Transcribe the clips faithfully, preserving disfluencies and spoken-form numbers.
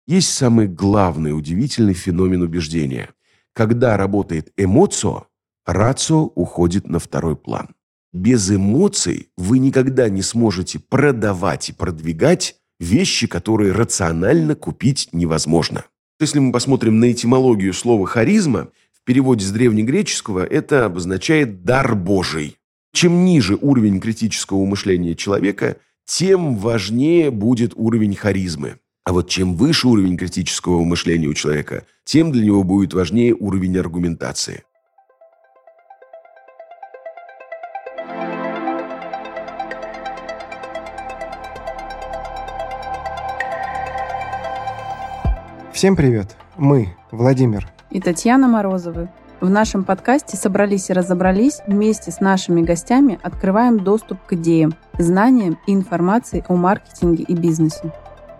есть самый главный удивительный феномен убеждения. Когда работает эмоцио, рацио уходит на второй план. Без эмоций вы никогда не сможете продавать и продвигать вещи, которые рационально купить невозможно. Если мы посмотрим на этимологию слова «харизма», в переводе с древнегреческого это обозначает «дар Божий». Чем ниже уровень критического мышления человека, тем важнее будет уровень харизмы. А вот чем выше уровень критического мышления у человека, тем для него будет важнее уровень аргументации. Всем привет! Мы Владимир и Татьяна Морозовы. В нашем подкасте «Собрались и разобрались» вместе с нашими гостями открываем доступ к идеям, знаниям и информации о маркетинге и бизнесе.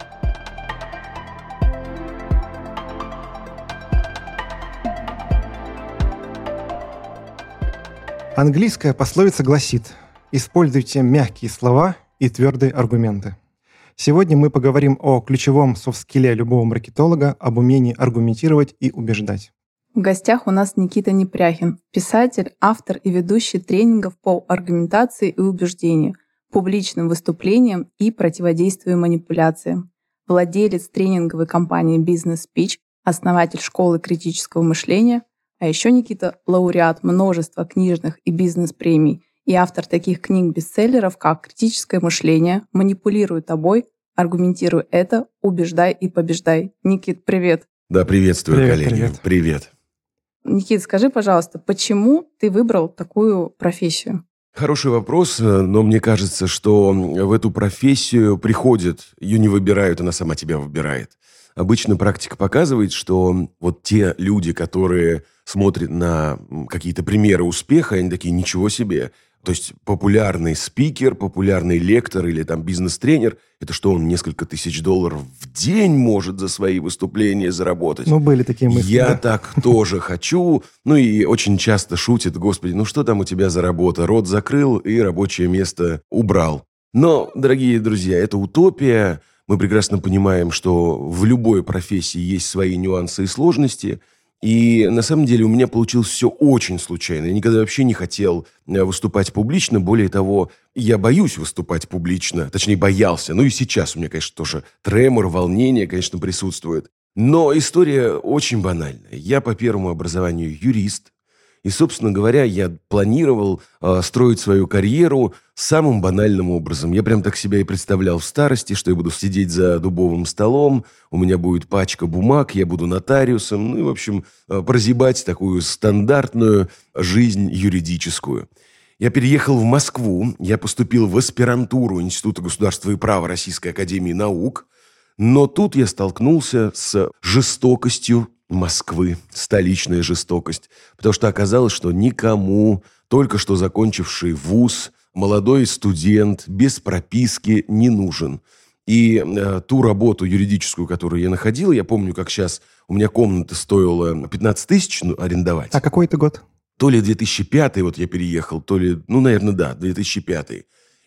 Английская пословица гласит: «Используйте мягкие слова и твердые аргументы». Сегодня мы поговорим о ключевом софт-скилле любого маркетолога, об умении аргументировать и убеждать. В гостях у нас Никита Непряхин, писатель, автор и ведущий тренингов по аргументации и убеждению, публичным выступлениям и противодействию манипуляциям, владелец тренинговой компании Business Speech, основатель школы критического мышления, а еще Никита — лауреат множества книжных и бизнес-премий и автор таких книг-бестселлеров, как «Критическое мышление», «Манипулируй тобой», «Аргументируй это», «Убеждай и побеждай». Никит, привет. Да, приветствую, привет, коллеги. Привет. привет. Никит, скажи, пожалуйста, почему ты выбрал такую профессию? Хороший вопрос, но мне кажется, что в эту профессию приходят, ее не выбирают, она сама тебя выбирает. Обычно практика показывает, что вот те люди, которые смотрят на какие-то примеры успеха, они такие: ничего себе. То есть популярный спикер, популярный лектор или там бизнес-тренер, это что, он несколько тысяч долларов в день может за свои выступления заработать? Ну, были такие мысли. Я да? так тоже хочу. Ну и очень часто шутят: господи, ну что там у тебя за работа? Рот закрыл и рабочее место убрал. Но, дорогие друзья, это утопия. Мы прекрасно понимаем, что в любой профессии есть свои нюансы и сложности. И на самом деле у меня получилось все очень случайно. Я никогда вообще не хотел выступать публично. Более того, я боюсь выступать публично. Точнее, боялся. Ну и сейчас у меня, конечно, тоже тремор, волнение, конечно, присутствует. Но история очень банальная. Я по первому образованию юрист. И, собственно говоря, я планировал э, строить свою карьеру самым банальным образом. Я прям так себя и представлял в старости, что я буду сидеть за дубовым столом, у меня будет пачка бумаг, я буду нотариусом, ну и, в общем, э, прозябать такую стандартную жизнь юридическую. Я переехал в Москву, я поступил в аспирантуру Института государства и права Российской академии наук, но тут я столкнулся с жестокостью Москвы, столичная жестокость, потому что оказалось, что никому, только что закончивший вуз, молодой студент, без прописки не нужен. И э, ту работу юридическую, которую я находил, я помню, как сейчас у меня комната стоила пятнадцать тысяч ну, арендовать. А какой это год? То ли две тысячи пятый вот я переехал, то ли, ну, наверное, да, две тысячи пятый.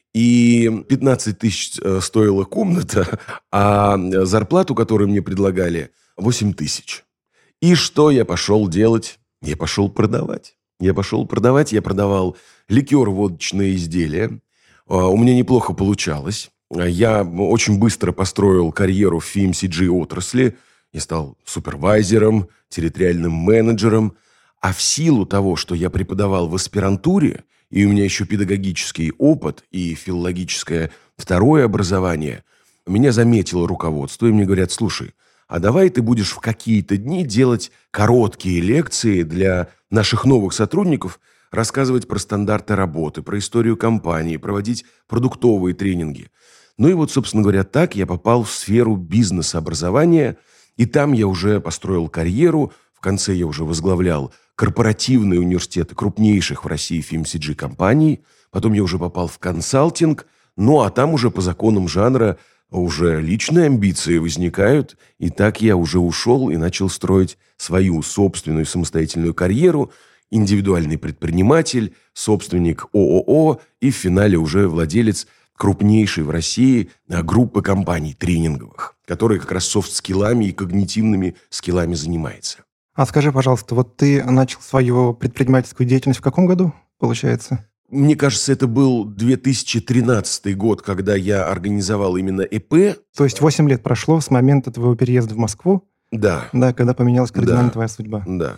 И пятнадцать тысяч стоила комната, а зарплату, которую мне предлагали, восемь тысяч. И что я пошел делать? Я пошел продавать. Я пошел продавать, я продавал ликер-водочные изделия. У меня неплохо получалось. Я очень быстро построил карьеру в эф эм си джи-отрасли. Я стал супервайзером, территориальным менеджером. А в силу того, что я преподавал в аспирантуре, и у меня еще педагогический опыт и филологическое второе образование, меня заметило руководство, и мне говорят: слушай, а давай ты будешь в какие-то дни делать короткие лекции для наших новых сотрудников, рассказывать про стандарты работы, про историю компании, проводить продуктовые тренинги. Ну и вот, собственно говоря, так я попал в сферу бизнес-образования, и там я уже построил карьеру. В конце я уже возглавлял корпоративные университеты крупнейших в России эф эм си джи-компаний. Потом я уже попал в консалтинг. Ну, а там уже по законам жанра уже личные амбиции возникают. И так я уже ушел и начал строить свою собственную самостоятельную карьеру. Индивидуальный предприниматель, собственник ООО и в финале уже владелец крупнейшей в России группы компаний тренинговых, который как раз софт-скиллами и когнитивными скиллами занимается. А скажи, пожалуйста, вот ты начал свою предпринимательскую деятельность в каком году, получается? Мне кажется, это был две тысячи тринадцатый год, когда я организовал именно ИП. То есть восемь лет прошло с момента твоего переезда в Москву, Да. да, когда поменялась кардинально Да. твоя судьба. Да.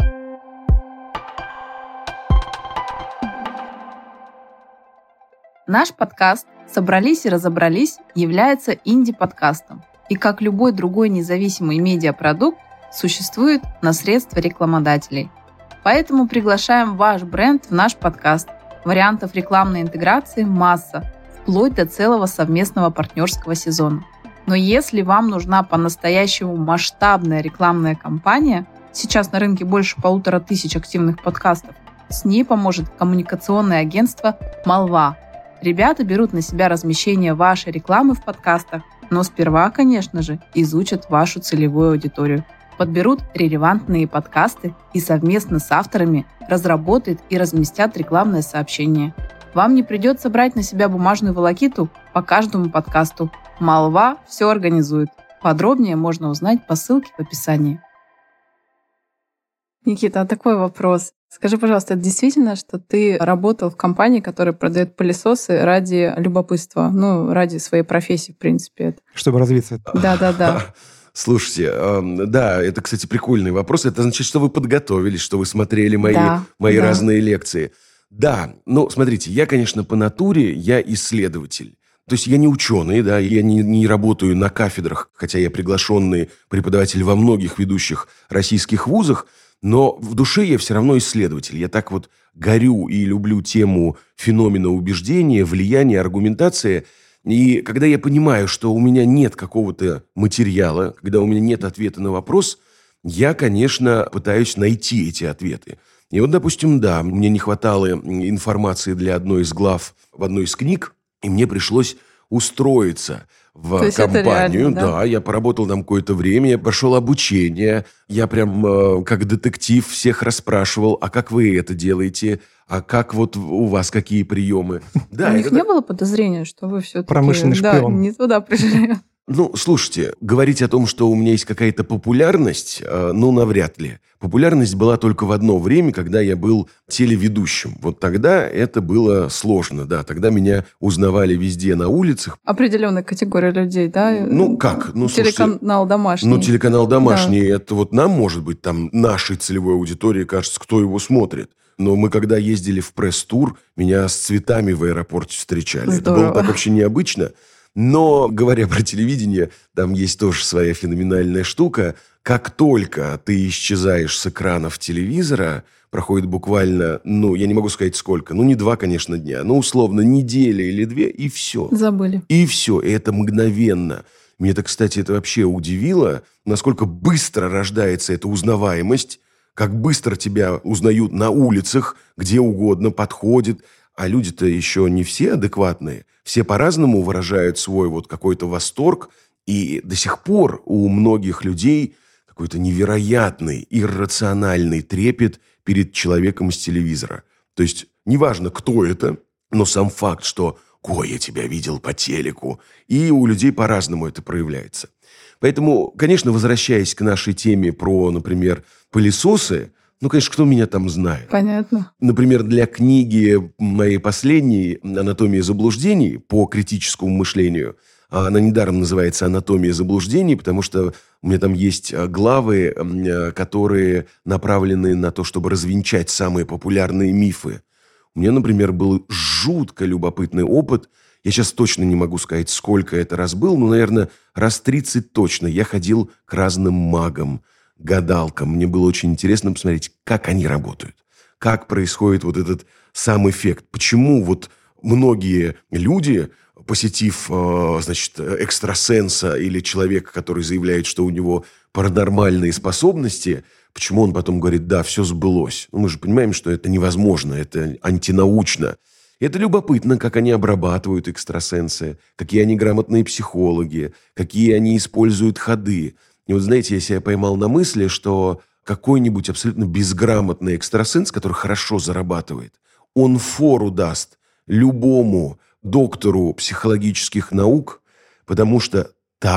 Наш подкаст «Собрались и разобрались» является инди-подкастом. И как любой другой независимый медиапродукт, существует на средства рекламодателей. Поэтому приглашаем ваш бренд в наш подкаст. Вариантов рекламной интеграции масса, вплоть до целого совместного партнерского сезона. Но если вам нужна по-настоящему масштабная рекламная кампания, сейчас на рынке больше полутора тысяч активных подкастов, с ней поможет коммуникационное агентство «Молва». Ребята берут на себя размещение вашей рекламы в подкастах, но сперва, конечно же, изучат вашу целевую аудиторию, подберут релевантные подкасты и совместно с авторами разработают и разместят рекламное сообщение. Вам не придется брать на себя бумажную волокиту по каждому подкасту. Молва все организует. Подробнее можно узнать по ссылке в описании. Никита, а такой вопрос. Скажи, пожалуйста, это действительно, что ты работал в компании, которая продает пылесосы ради любопытства, ну, ради своей профессии, в принципе? Чтобы развиться. Да-да-да. Слушайте, э, да, это, кстати, прикольный вопрос. Это значит, что вы подготовились, что вы смотрели мои, да, мои да. разные лекции. Да, ну, смотрите, я, конечно, по натуре, я исследователь. То есть я не ученый, да, я не, не работаю на кафедрах, хотя я приглашенный преподаватель во многих ведущих российских вузах, но в душе я все равно исследователь. Я так вот горю и люблю тему феномена убеждения, влияния, аргументации. И когда я понимаю, что у меня нет какого-то материала, когда у меня нет ответа на вопрос, я, конечно, пытаюсь найти эти ответы. И вот, допустим, да, мне не хватало информации для одной из глав в одной из книг, и мне пришлось устроиться в То есть компанию. это реально, да? Да, я поработал там какое-то время, я прошел обучение, я прям э, как детектив всех расспрашивал, а как вы это делаете, а как вот у вас какие приемы. Да, У них это... не было подозрения, что вы все-таки... Промышленный да, шпион. не туда пришли. Ну, слушайте, говорить о том, что у меня есть какая-то популярность, э, ну, навряд ли. Популярность была только в одно время, когда я был телеведущим. Вот тогда это было сложно, да. Тогда меня узнавали везде на улицах. Определенная категория людей, да? Ну, как? Ну, слушайте, Телеканал «Домашний». Ну, телеканал «Домашний», да. Это вот нам, может быть, там нашей целевой аудитории кажется, кто его смотрит. Но мы, когда ездили в пресс-тур, меня с цветами в аэропорте встречали. Здорово. Это было так вообще необычно. Но, говоря про телевидение, там есть тоже своя феноменальная штука. Как только ты исчезаешь с экранов телевизора, проходит буквально, ну, я не могу сказать сколько, ну, не два, конечно, дня, но, условно, неделя или две, и все. Забыли. И все, и это мгновенно. Меня это, кстати, это вообще удивило, насколько быстро рождается эта узнаваемость, как быстро тебя узнают на улицах, где угодно, подходит. А люди-то еще не все адекватные. Все по-разному выражают свой вот какой-то восторг. И до сих пор у многих людей какой-то невероятный, иррациональный трепет перед человеком из телевизора. То есть неважно, кто это, но сам факт, что «Ой, я тебя видел по телеку». И у людей по-разному это проявляется. Поэтому, конечно, возвращаясь к нашей теме про, например, пылесосы, ну, конечно, кто меня там знает? Понятно. Например, для книги моей последней «Анатомия заблуждений» по критическому мышлению, она недаром называется «Анатомия заблуждений», потому что у меня там есть главы, которые направлены на то, чтобы развенчать самые популярные мифы. У меня, например, был жутко любопытный опыт. Я сейчас точно не могу сказать, сколько это раз был, но, наверное, раз тридцать точно. Я ходил к разным магам, гадалкам. Мне было очень интересно посмотреть, как они работают. Как происходит вот этот сам эффект. Почему вот многие люди, посетив, значит, экстрасенса или человека, который заявляет, что у него паранормальные способности, почему он потом говорит, да, все сбылось. Ну, мы же понимаем, что это невозможно, это антинаучно. Это любопытно, как они обрабатывают экстрасенсы, какие они грамотные психологи, какие они используют ходы. И вот, знаете, я себя поймал на мысли, что какой-нибудь абсолютно безграмотный экстрасенс, который хорошо зарабатывает, он фору даст любому доктору психологических наук, потому что так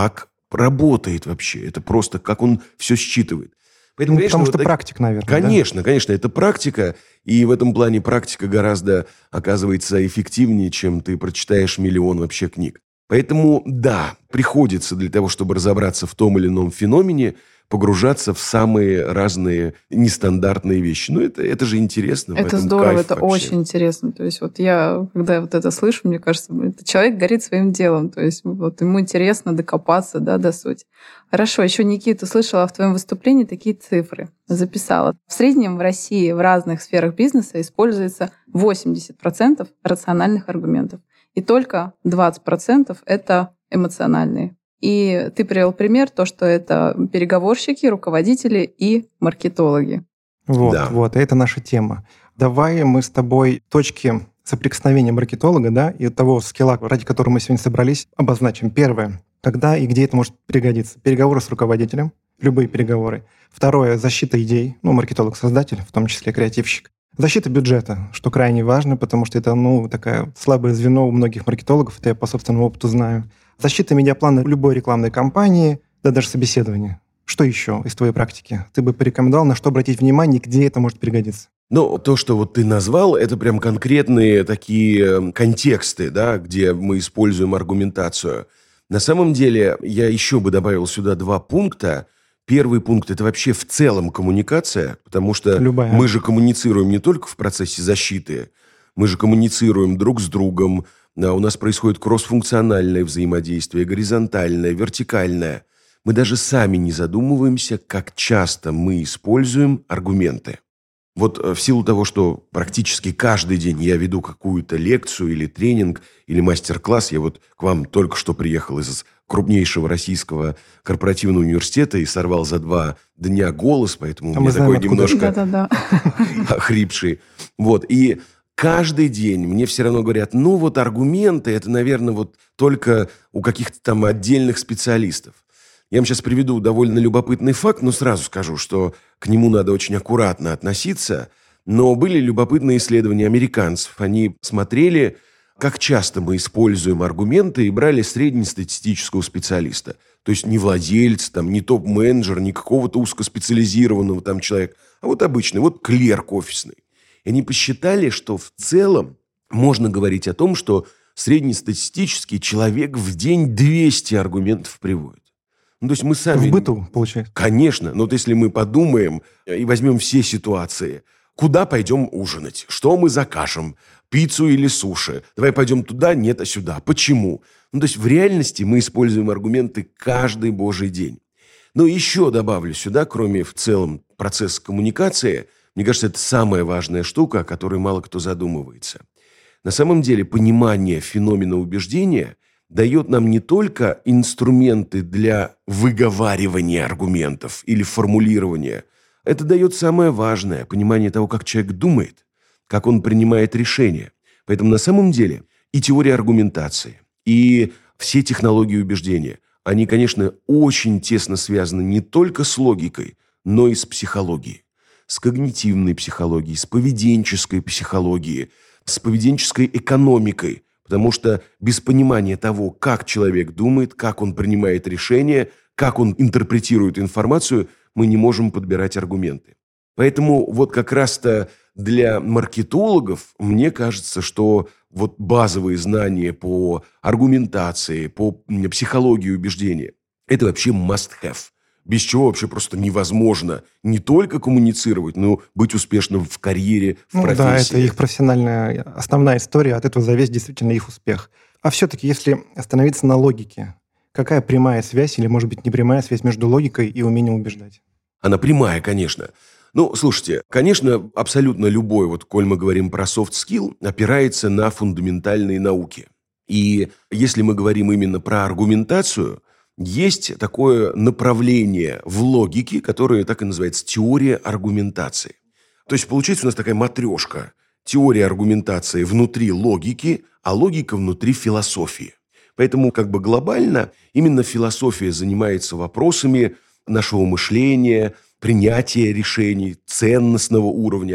работает вообще. Это просто как он все считывает. Поэтому, Ну, конечно, потому вот что так- практика, наверное. Конечно, конечно, это практика, и в этом плане практика гораздо, оказывается, эффективнее, чем ты прочитаешь миллион вообще книг. Поэтому, да, приходится для того, чтобы разобраться в том или ином феномене, погружаться в самые разные нестандартные вещи. Ну, это, это же интересно. в Это этом здорово, кайф это вообще. очень интересно. То есть вот я, когда вот это слышу, мне кажется, это человек горит своим делом. То есть вот ему интересно докопаться, да, до сути. Хорошо, еще, Никита, слышала в твоем выступлении такие цифры. Записала. В среднем в России в разных сферах бизнеса используется восемьдесят процентов рациональных аргументов. И только двадцать процентов это эмоциональные. И ты привел пример, то, что это переговорщики, руководители и маркетологи. Вот, Да. вот, это наша тема. Давай мы с тобой точки соприкосновения маркетолога, да, и того скилла, ради которого мы сегодня собрались, обозначим. Первое. Когда и где это может пригодиться? Переговоры с руководителем, любые переговоры. Второе. Защита идей, ну, маркетолог-создатель, в том числе креативщик. Защита бюджета, что крайне важно, потому что это, ну, такое слабое звено у многих маркетологов, это я по собственному опыту знаю. Защита медиаплана любой рекламной кампании, да даже собеседования. Что еще из твоей практики? Ты бы порекомендовал, на что обратить внимание, где это может пригодиться? Ну, то, что вот ты назвал, это прям конкретные такие контексты, да, где мы используем аргументацию. На самом деле, я еще бы добавил сюда два пункта. Первый пункт – это вообще в целом коммуникация, потому что Любая. мы же коммуницируем не только в процессе защиты, мы же коммуницируем друг с другом, а у нас происходит кроссфункциональное взаимодействие, горизонтальное, вертикальное. Мы даже сами не задумываемся, как часто мы используем аргументы. Вот в силу того, что практически каждый день я веду какую-то лекцию или тренинг, или мастер-класс, я вот к вам только что приехал из крупнейшего российского корпоративного университета и сорвал за два дня голос, поэтому А у мы меня знаем, такой откуда. немножко Да-да-да. охрипший. Вот, и каждый день мне все равно говорят, ну вот аргументы, это, наверное, вот только у каких-то там отдельных специалистов. Я вам сейчас приведу довольно любопытный факт, но сразу скажу, что к нему надо очень аккуратно относиться. Но были любопытные исследования американцев. Они смотрели, как часто мы используем аргументы, и брали среднестатистического специалиста. То есть не владелец, там, не топ-менеджер, не какого-то узкоспециализированного там человека, а вот обычный, вот клерк офисный. И они посчитали, что в целом можно говорить о том, что среднестатистический человек в день двести аргументов приводит. Ну, то есть мы сами... В быту, получается. Конечно. Но вот если мы подумаем и возьмем все ситуации, куда пойдем ужинать, что мы закажем, пиццу или суши, давай пойдем туда, нет, а сюда. Почему? Ну, то есть в реальности мы используем аргументы каждый божий день. Но еще добавлю сюда, кроме в целом процесса коммуникации, мне кажется, это самая важная штука, о которой мало кто задумывается. На самом деле понимание феномена убеждения дает нам не только инструменты для выговаривания аргументов или формулирования. Это дает самое важное – понимание того, как человек думает, как он принимает решения. Поэтому на самом деле и теория аргументации, и все технологии убеждения, они, конечно, очень тесно связаны не только с логикой, но и с психологией. С когнитивной психологией, с поведенческой психологией, с поведенческой экономикой. Потому что без понимания того, как человек думает, как он принимает решения, как он интерпретирует информацию, мы не можем подбирать аргументы. Поэтому вот как раз-то для маркетологов мне кажется, что вот базовые знания по аргументации, по психологии убеждения – это вообще must-have. Без чего вообще просто невозможно не только коммуницировать, но быть успешным в карьере, в Ну профессии. да, это их профессиональная основная история, от этого зависит действительно их успех. А все-таки, если остановиться на логике, какая прямая связь или, может быть, непрямая связь между логикой и умением убеждать? Она прямая, конечно. Ну, слушайте, конечно, абсолютно любой, вот, коль мы говорим про soft skill, опирается на фундаментальные науки. И если мы говорим именно про аргументацию, есть такое направление в логике, которое так и называется теория аргументации. То есть получается у нас такая матрешка. Теория аргументации внутри логики, а логика внутри философии. Поэтому как бы глобально именно философия занимается вопросами нашего мышления, принятия решений, ценностного уровня.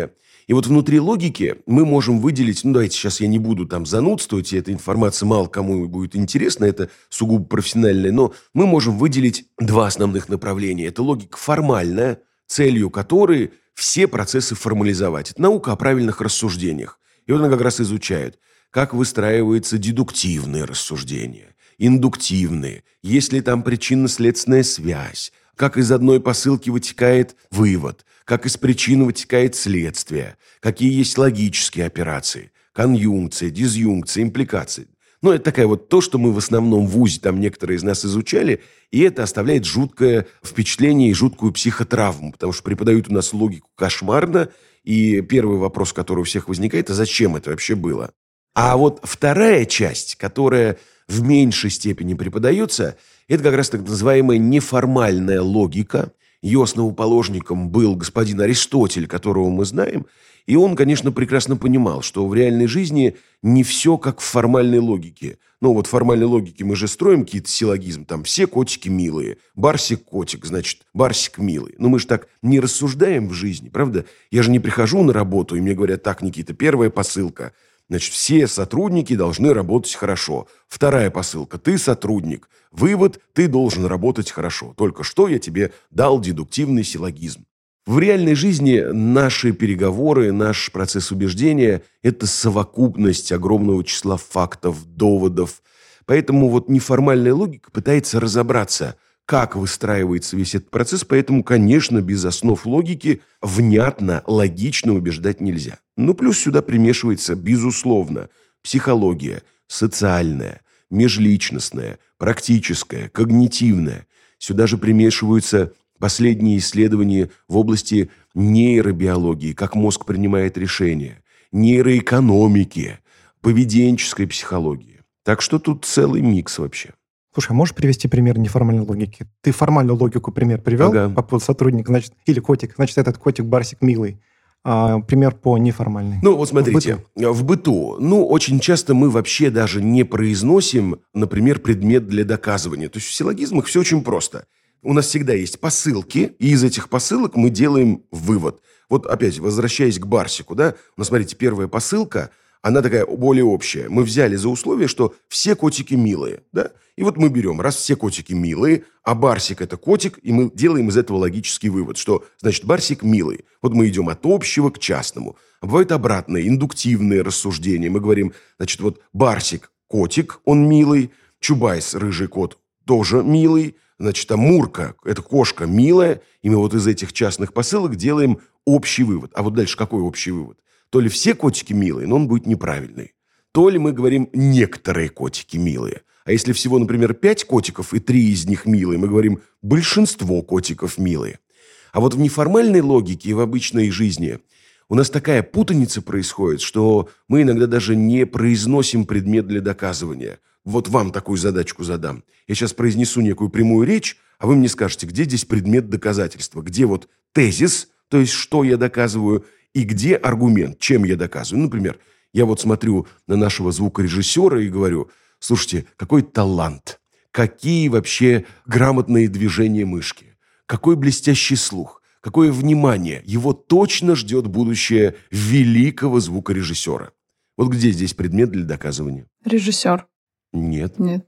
И вот внутри логики мы можем выделить, ну давайте сейчас я не буду там занудствовать, и эта информация мало кому будет интересна, это сугубо профессиональная, но мы можем выделить два основных направления. Это логика формальная, целью которой все процессы формализовать. Это наука о правильных рассуждениях. И вот она как раз изучает, как выстраиваются дедуктивные рассуждения, индуктивные, есть ли там причинно-следственная связь, как из одной посылки вытекает вывод, как из причины вытекает следствие, какие есть логические операции, конъюнкция, дизъюнкция, импликации. Ну, это такая вот то, что мы в основном в ВУЗе, там некоторые из нас изучали, и это оставляет жуткое впечатление и жуткую психотравму, потому что преподают у нас логику кошмарно, и первый вопрос, который у всех возникает, а зачем это вообще было? А вот вторая часть, которая в меньшей степени преподается, это как раз так называемая неформальная логика. Ее основоположником был господин Аристотель, которого мы знаем, и он, конечно, прекрасно понимал, что в реальной жизни не все как в формальной логике. Ну вот в формальной логике мы же строим какие-то силлогизмы, там все котики милые, Барсик котик, значит, Барсик милый. Но мы же так не рассуждаем в жизни, правда? Я же не прихожу на работу, и мне говорят: так, Никита, первая посылка, значит, все сотрудники должны работать хорошо. Вторая посылка: ты сотрудник. Вывод: ты должен работать хорошо. Только что я тебе дал дедуктивный силлогизм. В реальной жизни наши переговоры, наш процесс убеждения – это совокупность огромного числа фактов, доводов. Поэтому вот неформальная логика пытается разобраться, как выстраивается весь этот процесс. Поэтому, конечно, без основ логики внятно, логично убеждать нельзя. Ну, плюс сюда примешивается, безусловно, психология, социальная, межличностная, практическая, когнитивная. Сюда же примешиваются последние исследования в области нейробиологии, как мозг принимает решения, нейроэкономики, поведенческой психологии. Так что тут целый микс вообще. Слушай, а можешь привести пример неформальной логики? Ты формальную логику пример привел Ага. по поводу сотрудника, значит, или котик, значит, этот котик Барсик милый. А пример по неформальной. Ну, вот смотрите, В быту. в быту, ну, очень часто мы вообще даже не произносим, например, предмет для доказывания. То есть в силлогизмах все очень просто. У нас всегда есть посылки, и из этих посылок мы делаем вывод. Вот опять, возвращаясь к Барсику, да, ну, смотрите, первая посылка, она такая более общая. Мы взяли за условие, что все котики милые, да, и вот мы берем, раз все котики милые, а Барсик – это котик, и мы делаем из этого логический вывод, что, значит, Барсик милый. Вот мы идем от общего к частному. А бывают обратные, индуктивные рассуждения. Мы говорим, значит, вот Барсик – котик, он милый, Чубайс – рыжий кот, тоже милый, значит, а Мурка – это кошка милая, и мы вот из этих частных посылок делаем общий вывод. А вот дальше какой общий вывод? То ли все котики милые, но он будет неправильный. То ли мы говорим некоторые котики милые. А если всего, например, пять котиков и три из них милые, мы говорим большинство котиков милые. А вот в неформальной логике и в обычной жизни у нас такая путаница происходит, что мы иногда даже не произносим предмет для доказывания. Вот вам такую задачку задам. Я сейчас произнесу некую прямую речь, а вы мне скажете, где здесь предмет доказательства, где вот тезис, то есть что я доказываю, и где аргумент, чем я доказываю. Например, я вот смотрю на нашего звукорежиссера и говорю: слушайте, какой талант, какие вообще грамотные движения мышки, какой блестящий слух, какое внимание. Его точно ждет будущее великого звукорежиссера. Вот где здесь предмет для доказывания? Режиссер. Нет. Нет.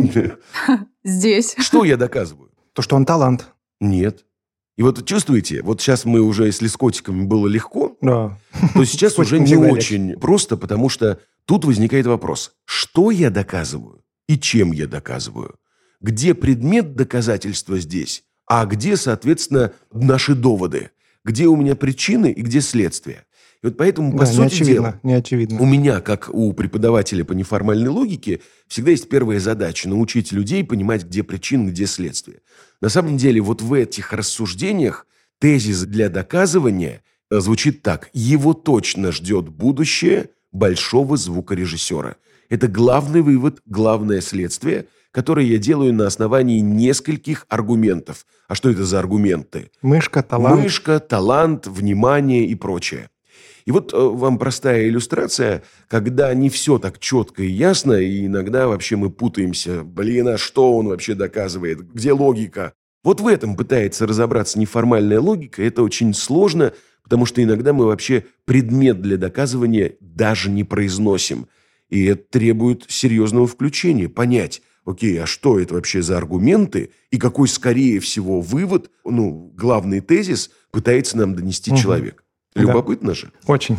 Здесь. Что я доказываю? То, что он талант. Нет. И вот чувствуете, вот сейчас мы уже, если с котиками было легко, Да. то сейчас С уже котиками не всегда легче. очень просто, потому что тут возникает вопрос: что я доказываю и чем я доказываю? Где предмет доказательства здесь, а где, соответственно, наши доводы? Где у меня причины и где следствие? И вот поэтому, по Да, не сути дела, очевидно, не очевидно. у меня, как у преподавателя по неформальной логике, всегда есть первая задача – научить людей понимать, где причина, где следствие. На самом деле, вот в этих рассуждениях тезис для доказывания звучит так: его точно ждет будущее большого звукорежиссера. Это главный вывод, главное следствие, которое я делаю на основании нескольких аргументов. А что это за аргументы? Мышка, талант. Мышка, талант, внимание и прочее. И вот э, вам простая иллюстрация, когда не все так четко и ясно, и иногда вообще мы путаемся. Блин, а что он вообще доказывает? Где логика? Вот в этом пытается разобраться неформальная логика. Это очень сложно, потому что иногда мы вообще предмет для доказывания даже не произносим. И это требует серьезного включения. Понять, окей, а что это вообще за аргументы, и какой, скорее всего, вывод, ну, главный тезис пытается нам донести угу. человек. Любопытно да. же? Очень.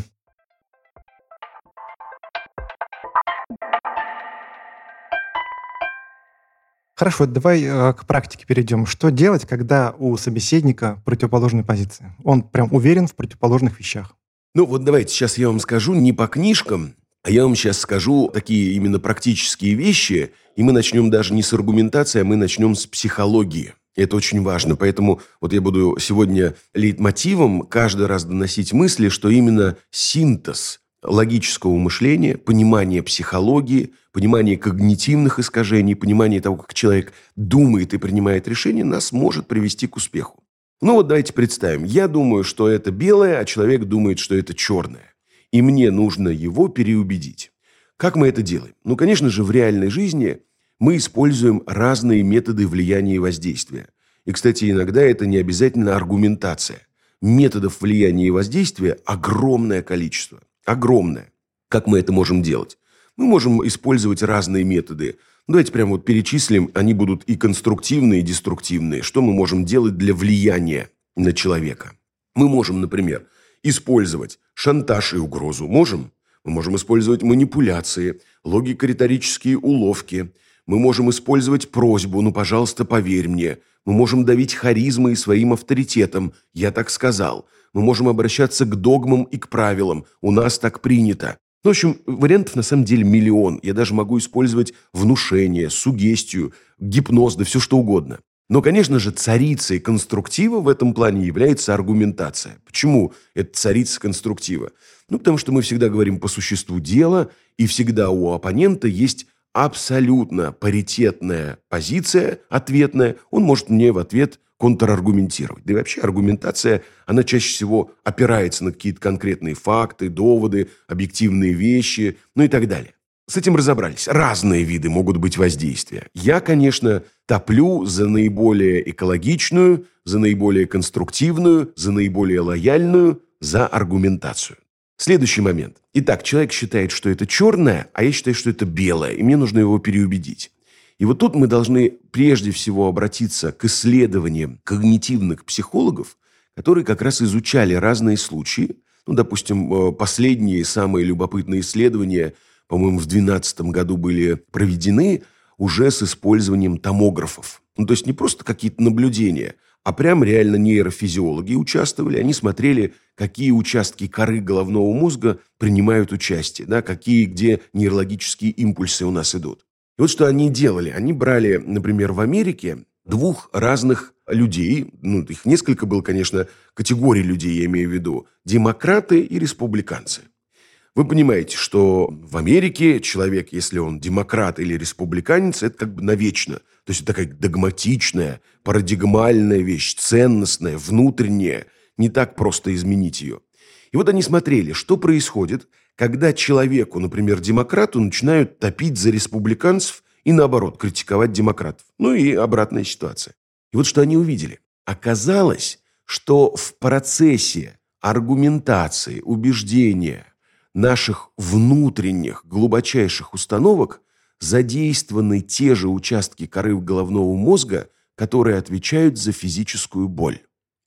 Хорошо, давай э, к практике перейдем. Что делать, когда у собеседника противоположная позиция? Он прям уверен в противоположных вещах. Ну вот давайте сейчас я вам скажу не по книжкам, а я вам сейчас скажу такие именно практические вещи, и мы начнем даже не с аргументации, а мы начнем с психологии. Это очень важно. Поэтому вот я буду сегодня лейтмотивом каждый раз доносить мысли, что именно синтез логического мышления, понимание психологии, понимание когнитивных искажений, понимание того, как человек думает и принимает решения, нас может привести к успеху. Ну вот давайте представим. Я думаю, что это белое, а человек думает, что это черное. И мне нужно его переубедить. Как мы это делаем? Ну, конечно же, в реальной жизни мы используем разные методы влияния и воздействия. И, кстати, иногда это не обязательно аргументация. Методов влияния и воздействия огромное количество. Огромное. Как мы это можем делать? Мы можем использовать разные методы. Давайте прямо вот перечислим, они будут и конструктивные, и деструктивные. Что мы можем делать для влияния на человека? Мы можем, например, использовать шантаж и угрозу. Можем? Мы можем использовать манипуляции, логико-риторические уловки. Мы можем использовать просьбу, ну, пожалуйста, поверь мне. Мы можем давить харизмой и своим авторитетом. Я так сказал. Мы можем обращаться к догмам и к правилам. У нас так принято. Ну, в общем, вариантов на самом деле миллион. Я даже могу использовать внушение, суггестию, гипноз, да все что угодно. Но, конечно же, царицей конструктива в этом плане является аргументация. Почему это царица конструктива? Ну, потому что мы всегда говорим по существу дела, и всегда у оппонента есть абсолютно паритетная позиция, ответная. Он может мне в ответ контраргументировать. Да и вообще аргументация, она чаще всего опирается на какие-то конкретные факты, доводы, объективные вещи, ну и так далее. С этим разобрались. Разные виды могут быть воздействия. Я, конечно, топлю за наиболее экологичную, за наиболее конструктивную, за наиболее лояльную, за аргументацию. Следующий момент. Итак, человек считает, что это черное, а я считаю, что это белое, и мне нужно его переубедить. И вот тут мы должны прежде всего обратиться к исследованиям когнитивных психологов, которые как раз изучали разные случаи. Ну, допустим, последние самые любопытные исследования, по-моему, в две тысячи двенадцатом году были проведены уже с использованием томографов. Ну, то есть не просто какие-то наблюдения, а прям реально нейрофизиологи участвовали. Они смотрели, какие участки коры головного мозга принимают участие, да, какие, где нейрологические импульсы у нас идут. И вот что они делали. Они брали, например, в Америке двух разных людей, ну, их несколько было, конечно, категорий людей, я имею в виду, демократы и республиканцы. Вы понимаете, что в Америке человек, если он демократ или республиканец, это как бы навечно. То есть это такая догматичная, парадигмальная вещь, ценностная, внутренняя. Не так просто изменить ее. И вот они смотрели, что происходит, когда человеку, например, демократу, начинают топить за республиканцев и, наоборот, критиковать демократов. Ну и обратная ситуация. И вот что они увидели. Оказалось, что в процессе аргументации, убеждения наших внутренних, глубочайших установок задействованы те же участки коры головного мозга, которые отвечают за физическую боль.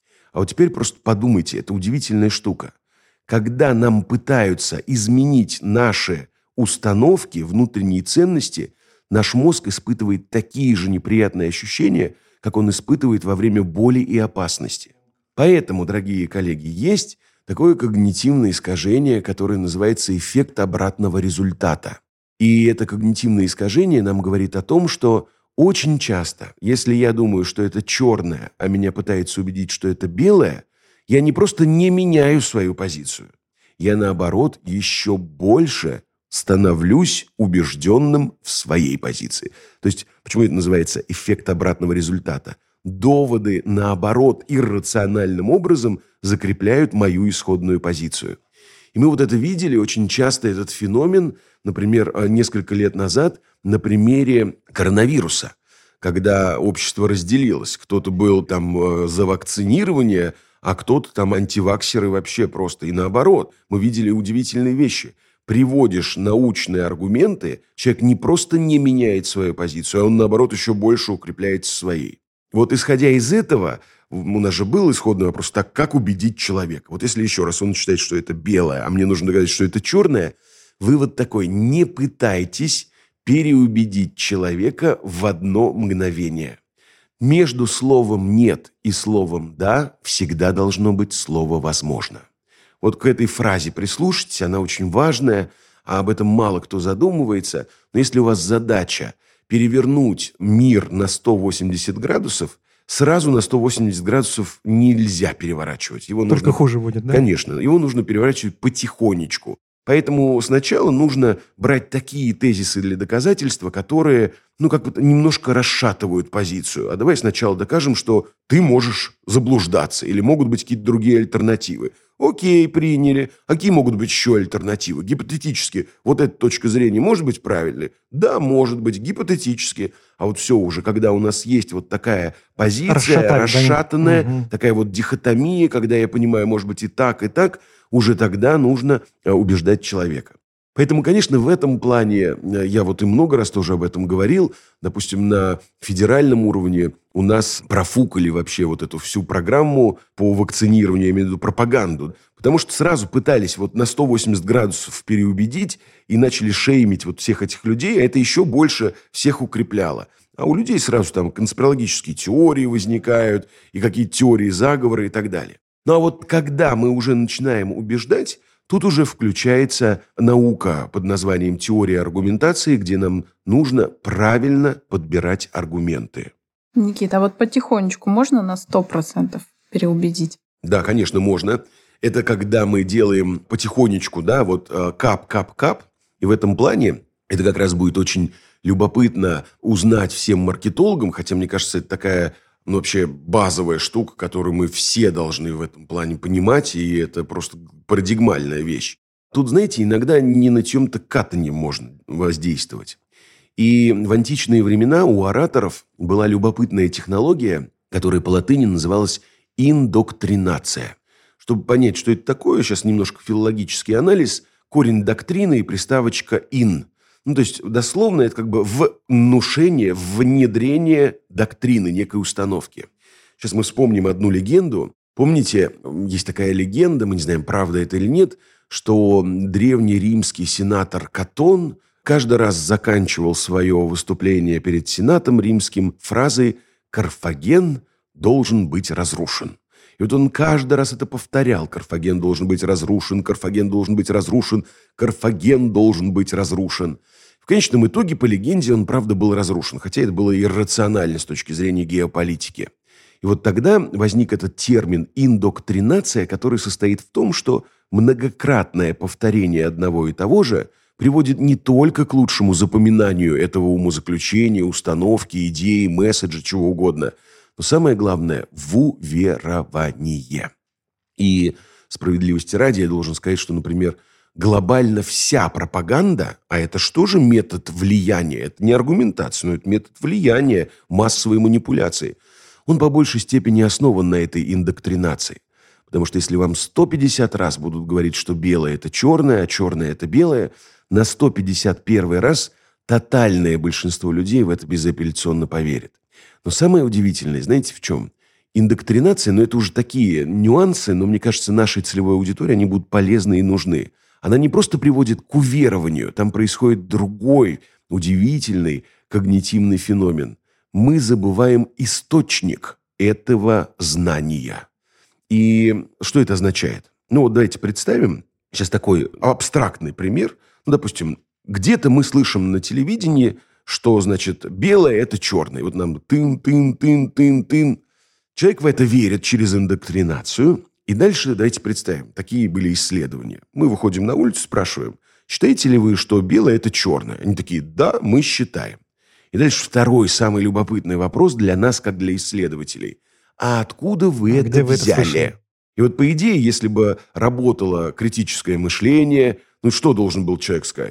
А вот теперь просто подумайте, это удивительная штука. Когда нам пытаются изменить наши установки, внутренние ценности, наш мозг испытывает такие же неприятные ощущения, как он испытывает во время боли и опасности. Поэтому, дорогие коллеги, есть такое когнитивное искажение, которое называется эффект обратного результата. И это когнитивное искажение нам говорит о том, что очень часто, если я думаю, что это черное, а меня пытаются убедить, что это белое, я не просто не меняю свою позицию. Я, наоборот, еще больше становлюсь убежденным в своей позиции. То есть, почему это называется эффект обратного результата? Доводы, наоборот, иррациональным образом закрепляют мою исходную позицию. И мы вот это видели очень часто, этот феномен, например, несколько лет назад на примере коронавируса. когда общество разделилось. Кто-то был там за вакцинирование, а кто-то там антиваксеры вообще просто. И наоборот, мы видели удивительные вещи. Приводишь научные аргументы, человек не просто не меняет свою позицию, а он, наоборот, еще больше укрепляется своей. Вот исходя из этого, у нас же был исходный вопрос, так как убедить человека? Вот если еще раз он считает, что это белое, а мне нужно доказать, что это черное, вывод такой: не пытайтесь переубедить человека в одно мгновение. Между словом «нет» и словом «да» всегда должно быть слово «возможно». Вот к этой фразе прислушайтесь, она очень важная, а об этом мало кто задумывается. Но если у вас задача перевернуть мир на сто восемьдесят градусов, сразу на сто восемьдесят градусов нельзя переворачивать. Его Только нужно, хуже будет, да? Конечно, его нужно переворачивать потихонечку. Поэтому сначала нужно брать такие тезисы для доказательства, которые, ну, как бы немножко расшатывают позицию. А давай сначала докажем, что ты можешь заблуждаться или могут быть какие-то другие альтернативы. Окей, приняли. А какие могут быть еще альтернативы? Гипотетически, вот эта точка зрения может быть правильной? Да, может быть, гипотетически. А вот все уже, когда у нас есть вот такая позиция, Расшатали, расшатанная, да? Угу. такая вот дихотомия, когда я понимаю, может быть, и так, и так, уже тогда нужно убеждать человека. Поэтому, конечно, в этом плане, я вот и много раз тоже об этом говорил, допустим, на федеральном уровне у нас профукали вообще вот эту всю программу по вакцинированию, я имею в виду пропаганду, потому что сразу пытались вот на сто восемьдесят градусов переубедить и начали шеймить вот всех этих людей, а это еще больше всех укрепляло. А у людей сразу там конспирологические теории возникают, и какие-то теории заговора и так далее. Ну а вот когда мы уже начинаем убеждать, тут уже включается наука под названием теория аргументации, где нам нужно правильно подбирать аргументы. Никита, а вот потихонечку можно на сто процентов переубедить? Да, конечно, можно. Это когда мы делаем потихонечку, да, вот кап-кап-кап. И в этом плане это как раз будет очень любопытно узнать всем маркетологам, хотя, мне кажется, это такая... ну, вообще базовая штука, которую мы все должны в этом плане понимать, и это просто парадигмальная вещь. Тут, знаете, иногда не на чем-то катанье можно воздействовать. И в античные времена у ораторов была любопытная технология, которая по латыни называлась индоктринация. Чтобы понять, что это такое, сейчас немножко филологический анализ, корень доктрины и приставочка «ин». Ну, то есть, дословно, это как бы внушение, внедрение доктрины, некой установки. Сейчас мы вспомним одну легенду. Помните, есть такая легенда, мы не знаем, правда это или нет, что древний римский сенатор Катон каждый раз заканчивал свое выступление перед сенатом римским фразой «Карфаген должен быть разрушен». И вот он каждый раз это повторял. Карфаген должен быть разрушен, Карфаген должен быть разрушен, Карфаген должен быть разрушен. В конечном итоге, по легенде, он, правда, был разрушен, хотя это было иррационально с точки зрения геополитики. И вот тогда возник этот термин «индоктринация», который состоит в том, что многократное повторение одного и того же приводит не только к лучшему запоминанию этого умозаключения, установки, идеи, месседжа, чего угодно, но самое главное – в уверование. И справедливости ради я должен сказать, что, например, глобально вся пропаганда, а это что же метод влияния? Это не аргументация, но это метод влияния, массовой манипуляции. Он по большей степени основан на этой индоктринации. Потому что если вам сто пятьдесят раз будут говорить, что белое – это черное, а черное – это белое, на сто пятьдесят первый раз тотальное большинство людей в это безапелляционно поверит. Но самое удивительное, знаете, в чем? Индоктринация, ну это уже такие нюансы, но мне кажется, нашей целевой аудитории они будут полезны и нужны. Она не просто приводит к уверованию, там происходит другой, удивительный когнитивный феномен. Мы забываем источник этого знания. И что это означает? Ну вот давайте представим сейчас такой абстрактный пример. Ну, допустим, где-то мы слышим на телевидении, что, значит, белое – это черное. Вот нам тын-тын-тын-тын-тын. Человек в это верит через индоктринацию. И дальше давайте представим, такие были исследования. Мы выходим на улицу, спрашиваем, считаете ли вы, что белое – это черное? Они такие, да, мы считаем. И дальше второй, самый любопытный вопрос для нас, как для исследователей. А откуда вы а это где взяли? Вы это И вот, по идее, если бы работало критическое мышление, ну что должен был человек сказать?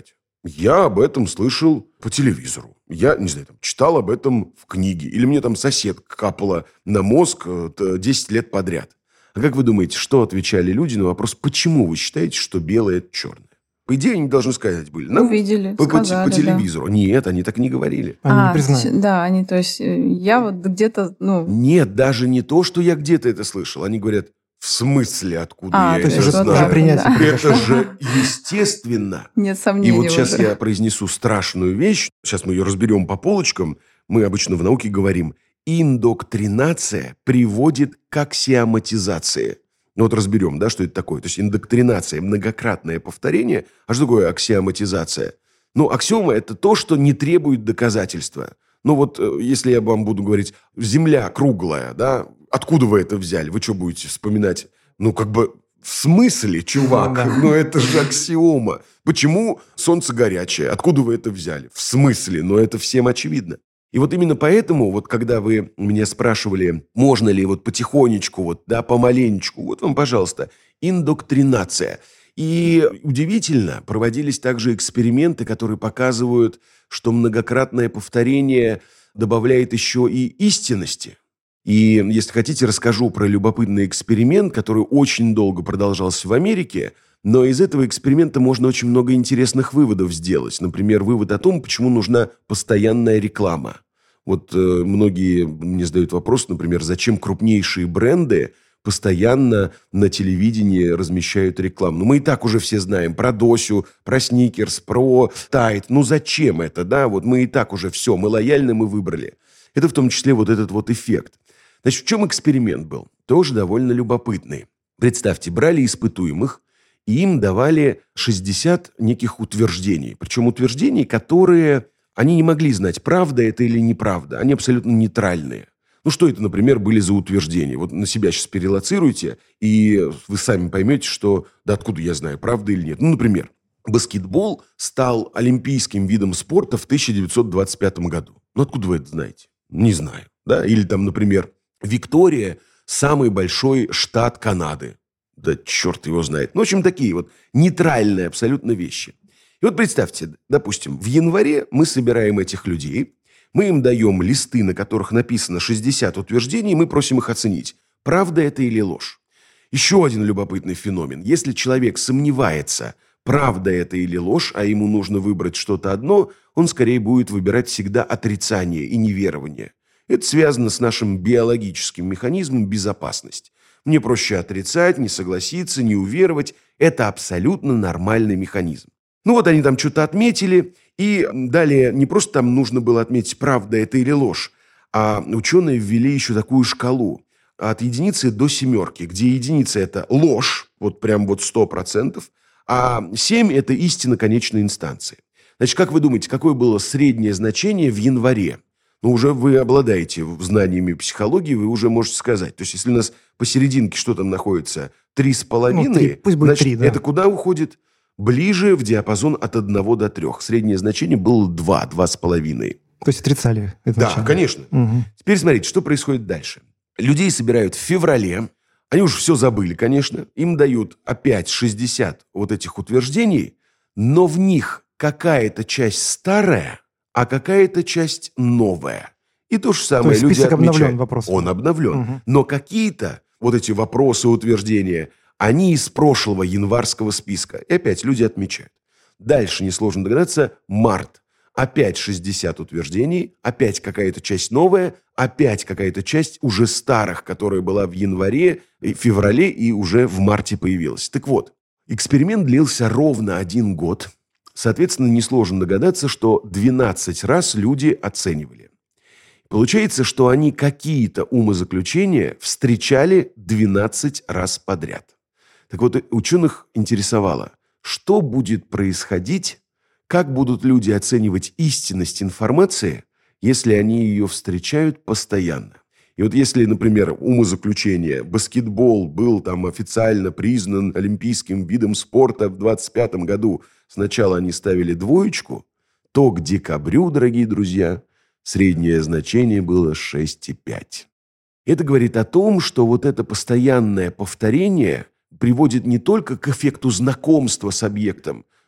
Я об этом слышал по телевизору. Я, не знаю, там, читал об этом в книге. Или мне там соседка капала на мозг десять лет подряд. А как вы думаете, что отвечали люди на вопрос, почему вы считаете, что белое – это черное? По идее, они должны сказать были. Нам Увидели, по, сказали, по телевизору. Да. Нет, они так не говорили. Они а, не признали. Да, они, то есть, я вот где-то, ну... Нет, даже не то, что я где-то это слышал. Они говорят, в смысле, откуда а, я то это есть уже, знаю? уже принятие да. Это же естественно. Нет сомнений И вот сейчас уже. я произнесу страшную вещь. Сейчас мы ее разберем по полочкам. Мы обычно в науке говорим, индоктринация приводит к аксиоматизации. Ну вот разберем, да, что это такое. То есть индоктринация, многократное повторение. А что такое аксиоматизация? Ну, аксиома – это то, что не требует доказательства. Ну вот, если я вам буду говорить, Земля круглая, да, откуда вы это взяли? Вы что будете вспоминать? Ну, как бы, в смысле, чувак? Да. Ну, это же аксиома. Почему Солнце горячее? Откуда вы это взяли? В смысле? Ну, это всем очевидно. И вот именно поэтому, вот когда вы меня спрашивали, можно ли вот потихонечку, вот, да, помаленечку, вот вам, пожалуйста, индоктринация. И удивительно, проводились также эксперименты, которые показывают, что многократное повторение добавляет еще и истинности. И, если хотите, расскажу про любопытный эксперимент, который очень долго продолжался в Америке, но из этого эксперимента можно очень много интересных выводов сделать. Например, вывод о том, почему нужна постоянная реклама. Вот э, многие мне задают вопрос, например, зачем крупнейшие бренды постоянно на телевидении размещают рекламу. Ну, мы и так уже все знаем про Досю, про Сникерс, про Тайд. Ну, зачем это, да? Вот мы и так уже все, мы лояльны, мы выбрали. Это в том числе вот этот вот эффект. Значит, в чем эксперимент был? Тоже довольно любопытный. Представьте, брали испытуемых, и им давали шестьдесят неких утверждений. Причем утверждений, которые они не могли знать, правда это или неправда. Они абсолютно нейтральные. Ну, что это, например, были за утверждения? Вот на себя сейчас перелоцируйте, и вы сами поймете, что да откуда я знаю, правда или нет. Ну, например, баскетбол стал олимпийским видом спорта в тысяча девятьсот двадцать пятом году. Ну, откуда вы это знаете? Не знаю. Да? Или там, например, Виктория – самый большой штат Канады. Да черт его знает. Ну, в общем, такие вот нейтральные абсолютно вещи. И вот представьте, допустим, в январе мы собираем этих людей, мы им даем листы, на которых написано шестьдесят утверждений, и мы просим их оценить, правда это или ложь. Еще один любопытный феномен. Если человек сомневается, правда это или ложь, а ему нужно выбрать что-то одно, он скорее будет выбирать всегда отрицание и неверование. Это связано с нашим биологическим механизмом безопасности. Мне проще отрицать, не согласиться, не уверовать. Это абсолютно нормальный механизм. Ну вот они там что-то отметили, и далее не просто там нужно было отметить, правда это или ложь, а ученые ввели еще такую шкалу от единицы до семерки, где единица – это ложь, вот прям вот сто процентов, а семь – это истина конечной инстанции. Значит, как вы думаете, какое было среднее значение в январе? Ну, уже вы обладаете знаниями психологии, вы уже можете сказать. То есть, если у нас посерединке что там находится три с половиной, ну, три, пусть будет значит, три, да. Это куда уходит? Ближе в диапазон от одного до трех. Среднее значение было два, два с половиной. То есть отрицали это Да, начало. конечно. Угу. Теперь смотрите, что происходит дальше. Людей собирают в феврале, они уже все забыли, конечно, им дают опять шестьдесят вот этих утверждений, но в них какая-то часть старая, а какая-то часть новая. И то же самое то есть люди список отмечают. обновлен вопрос. Он обновлен. Угу. Но какие-то вот эти вопросы, утверждения, они из прошлого январского списка. И опять люди отмечают. Дальше несложно догадаться. Март. Опять шестьдесят утверждений, опять какая-то часть новая, опять какая-то часть уже старых, которая была в январе, феврале и уже в марте появилась. Так вот, эксперимент длился ровно один год. Соответственно, несложно догадаться, что двенадцать раз люди оценивали. Получается, что они какие-то умозаключения встречали двенадцать раз подряд. Так вот, ученых интересовало, что будет происходить, как будут люди оценивать истинность информации, если они ее встречают постоянно. И вот если, например, умозаключение, баскетбол был там официально признан олимпийским видом спорта в двадцать пятом году, сначала они ставили двоечку, то к декабрю, дорогие друзья, среднее значение было шесть и пять. Это говорит о том, что вот это постоянное повторение приводит не только к эффекту знакомства с объектом,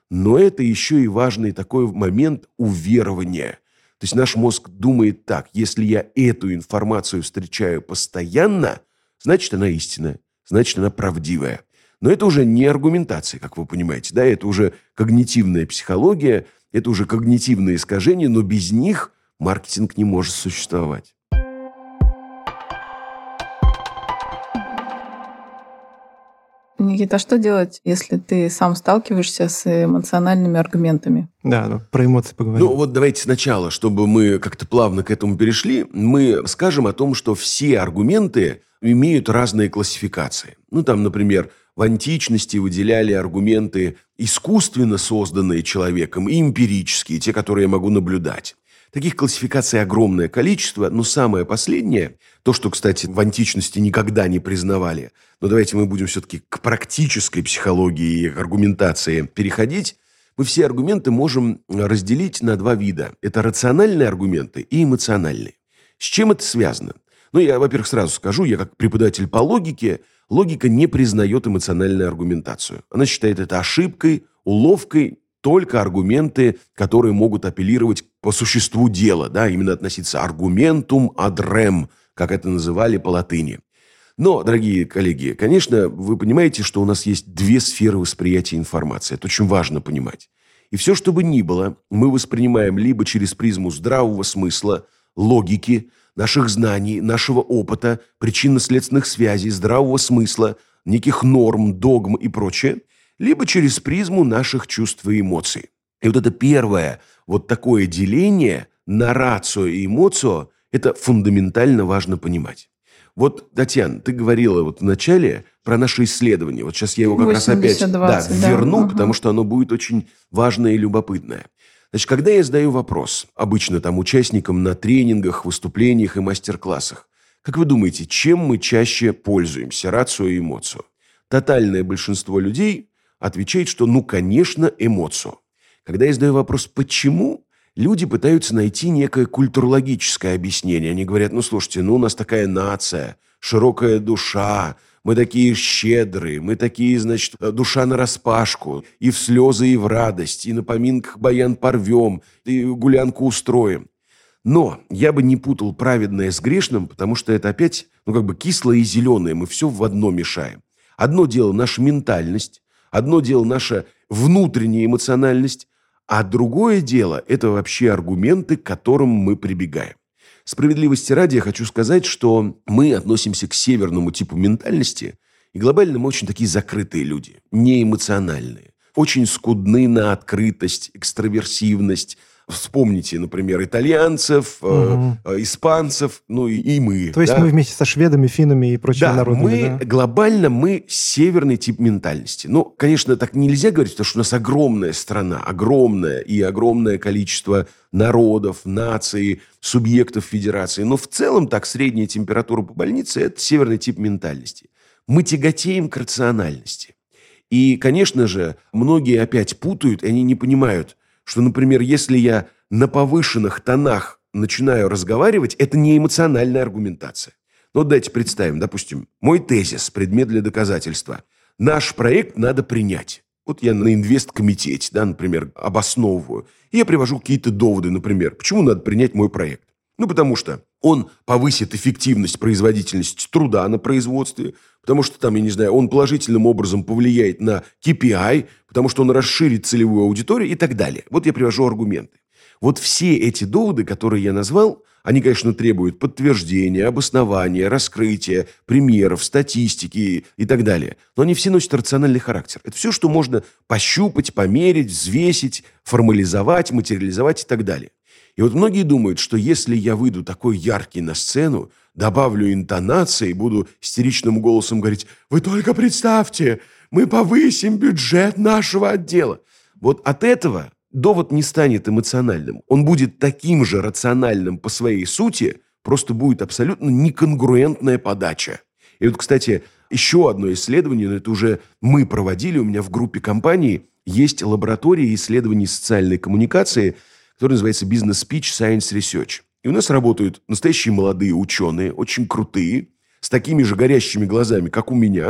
но это еще и важный такой момент уверования. То есть наш мозг думает так: если я эту информацию встречаю постоянно, значит, она истинная, значит, она правдивая. Но это уже не аргументация, как вы понимаете, да, это уже когнитивная психология, это уже когнитивные искажения, но без них маркетинг не может существовать. Никита, а что делать, если ты сам сталкиваешься с эмоциональными аргументами? Да, да, про эмоции поговорим. Ну вот давайте сначала, чтобы мы как-то плавно к этому перешли, мы скажем о том, что все аргументы имеют разные классификации. Ну там, например, в античности выделяли аргументы искусственно созданные человеком и эмпирические, те, которые я могу наблюдать. Таких классификаций огромное количество, но самое последнее, то, что, кстати, в античности никогда не признавали, но давайте мы будем все-таки к практической психологии и к аргументации переходить, мы все аргументы можем разделить на два вида. Это рациональные аргументы и эмоциональные. С чем это связано? Ну, я, во-первых, сразу скажу, я как преподаватель по логике, логика не признает эмоциональную аргументацию. Она считает это ошибкой, уловкой, только аргументы, которые могут апеллировать по существу дела, да, именно относиться argumentum ad rem, как это называли по латыни. Но, дорогие коллеги, конечно, вы понимаете, что у нас есть две сферы восприятия информации. Это очень важно понимать. И все, что бы ни было, мы воспринимаем либо через призму здравого смысла, логики, наших знаний, нашего опыта, причинно-следственных связей, здравого смысла, неких норм, догм и прочее, либо через призму наших чувств и эмоций. И вот это первое, вот такое деление на рацио и эмоцио, это фундаментально важно понимать. Вот, Татьяна, ты говорила вот в начале про наше исследование. Вот сейчас я его как раз опять да, верну, да? Потому что оно будет очень важное и любопытное. Значит, когда я задаю вопрос, обычно там участникам на тренингах, выступлениях и мастер-классах, как вы думаете, чем мы чаще пользуемся, рацио и эмоцио? Тотальное большинство людей отвечает, что, ну, конечно, эмоцио. Когда я задаю вопрос «почему?», люди пытаются найти некое культурологическое объяснение. Они говорят: ну, слушайте, ну, у нас такая нация, широкая душа, мы такие щедрые, мы такие, значит, душа нараспашку, и в слезы, и в радость, и на поминках баян порвем, и гулянку устроим. Но я бы не путал праведное с грешным, потому что это опять, ну, как бы кислое и зеленое, мы все в одно мешаем. Одно дело наша ментальность, одно дело наша внутренняя эмоциональность, а другое дело – это вообще аргументы, к которым мы прибегаем. Справедливости ради я хочу сказать, что мы относимся к северному типу ментальности, и глобально мы очень такие закрытые люди, неэмоциональные, очень скудны на открытость, экстраверсивность. Вспомните, например, итальянцев, угу. э, испанцев, ну и, и мы. То есть да? мы вместе со шведами, финнами и прочими да, народами. Мы, да, глобально мы северный тип ментальности. Ну, конечно, так нельзя говорить, потому что у нас огромная страна, огромное и огромное количество народов, наций, субъектов федерации. Но в целом так средняя температура по больнице – это северный тип ментальности. Мы тяготеем к рациональности. И, конечно же, многие опять путают, и они не понимают, что, например, если я на повышенных тонах начинаю разговаривать, это не эмоциональная аргументация. Но давайте представим, допустим, мой тезис, предмет для доказательства. Наш проект надо принять. Вот я на инвесткомитете, да, например, обосновываю. И я привожу какие-то доводы, например, почему надо принять мой проект. Ну, потому что он повысит эффективность, производительность труда на производстве, потому что там, я не знаю, он положительным образом повлияет на кей пи ай, потому что он расширит целевую аудиторию и так далее. Вот я привожу аргументы. Вот все эти доводы, которые я назвал, они, конечно, требуют подтверждения, обоснования, раскрытия, примеров, статистики и так далее. Но они все носят рациональный характер. Это все, что можно пощупать, померить, взвесить, формализовать, материализовать и так далее. И вот многие думают, что если я выйду такой яркий на сцену, добавлю интонации, буду истеричным голосом говорить: «Вы только представьте, мы повысим бюджет нашего отдела». Вот от этого довод не станет эмоциональным. Он будет таким же рациональным по своей сути, просто будет абсолютно неконгруентная подача. И вот, кстати, еще одно исследование, но это уже мы проводили, у меня в группе компаний есть лаборатория исследований социальной коммуникации, который называется Business Speech Science Research. И у нас работают настоящие молодые ученые, очень крутые, с такими же горящими глазами, как у меня.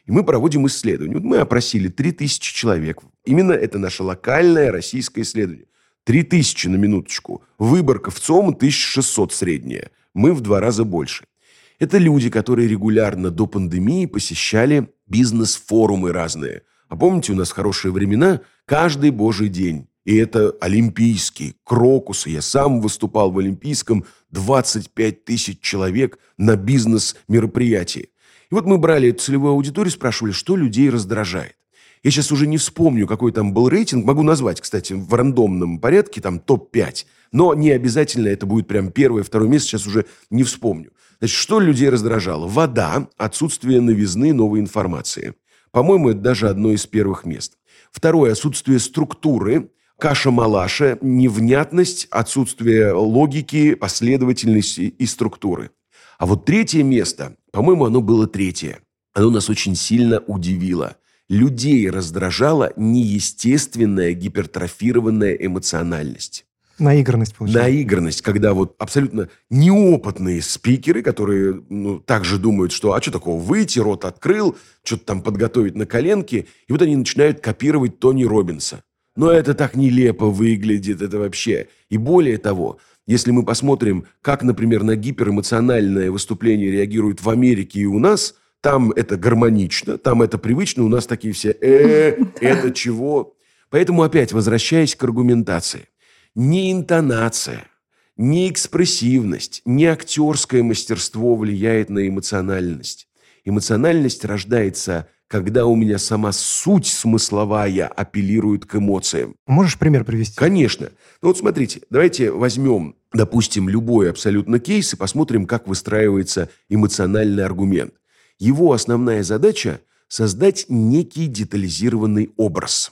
И мы проводим исследование. Вот мы опросили три тысячи человек. Именно это наше локальное российское исследование. три тысячи на минуточку. Выборка в ЦИОМа тысяча шестьсот средняя. Мы в два раза больше. Это люди, которые регулярно до пандемии посещали бизнес-форумы разные. А помните, у нас в хорошие времена каждый божий день. И это олимпийские, крокусы. Я сам выступал в олимпийском, двадцать пять тысяч человек на бизнес-мероприятии. И вот мы брали эту целевую аудиторию, спрашивали, что людей раздражает. Я сейчас уже не вспомню, какой там был рейтинг. Могу назвать, кстати, в рандомном порядке, там топ пять. Но не обязательно это будет прям первое, второе место, сейчас уже не вспомню. Значит, что людей раздражало? Вода, отсутствие новизны, новой информации. По-моему, это даже одно из первых мест. Второе – отсутствие структуры, каша-малаша, невнятность, отсутствие логики, последовательности и структуры. А вот третье место, по-моему, оно было третье. Оно нас очень сильно удивило. Людей раздражала неестественная гипертрофированная эмоциональность. Наигранность, получается. Наигранность, когда вот абсолютно неопытные спикеры, которые ну, также думают, что а что такого, выйти, рот открыл, что-то там подготовить на коленке, и вот они начинают копировать Тони Роббинса. Но это так нелепо выглядит, это вообще. И более того, если мы посмотрим, как, например, на гиперэмоциональное выступление реагируют в Америке и у нас, там это гармонично, там это привычно, у нас такие все «э, это чего?». Поэтому опять, возвращаясь к аргументации, ни интонация, ни экспрессивность, ни актерское мастерство влияет на эмоциональность. Эмоциональность рождается, когда у меня сама суть смысловая апеллирует к эмоциям. Можешь пример привести? Конечно. Ну вот смотрите, давайте возьмем, допустим, любой абсолютно кейс и посмотрим, как выстраивается эмоциональный аргумент. Его основная задача – создать некий детализированный образ.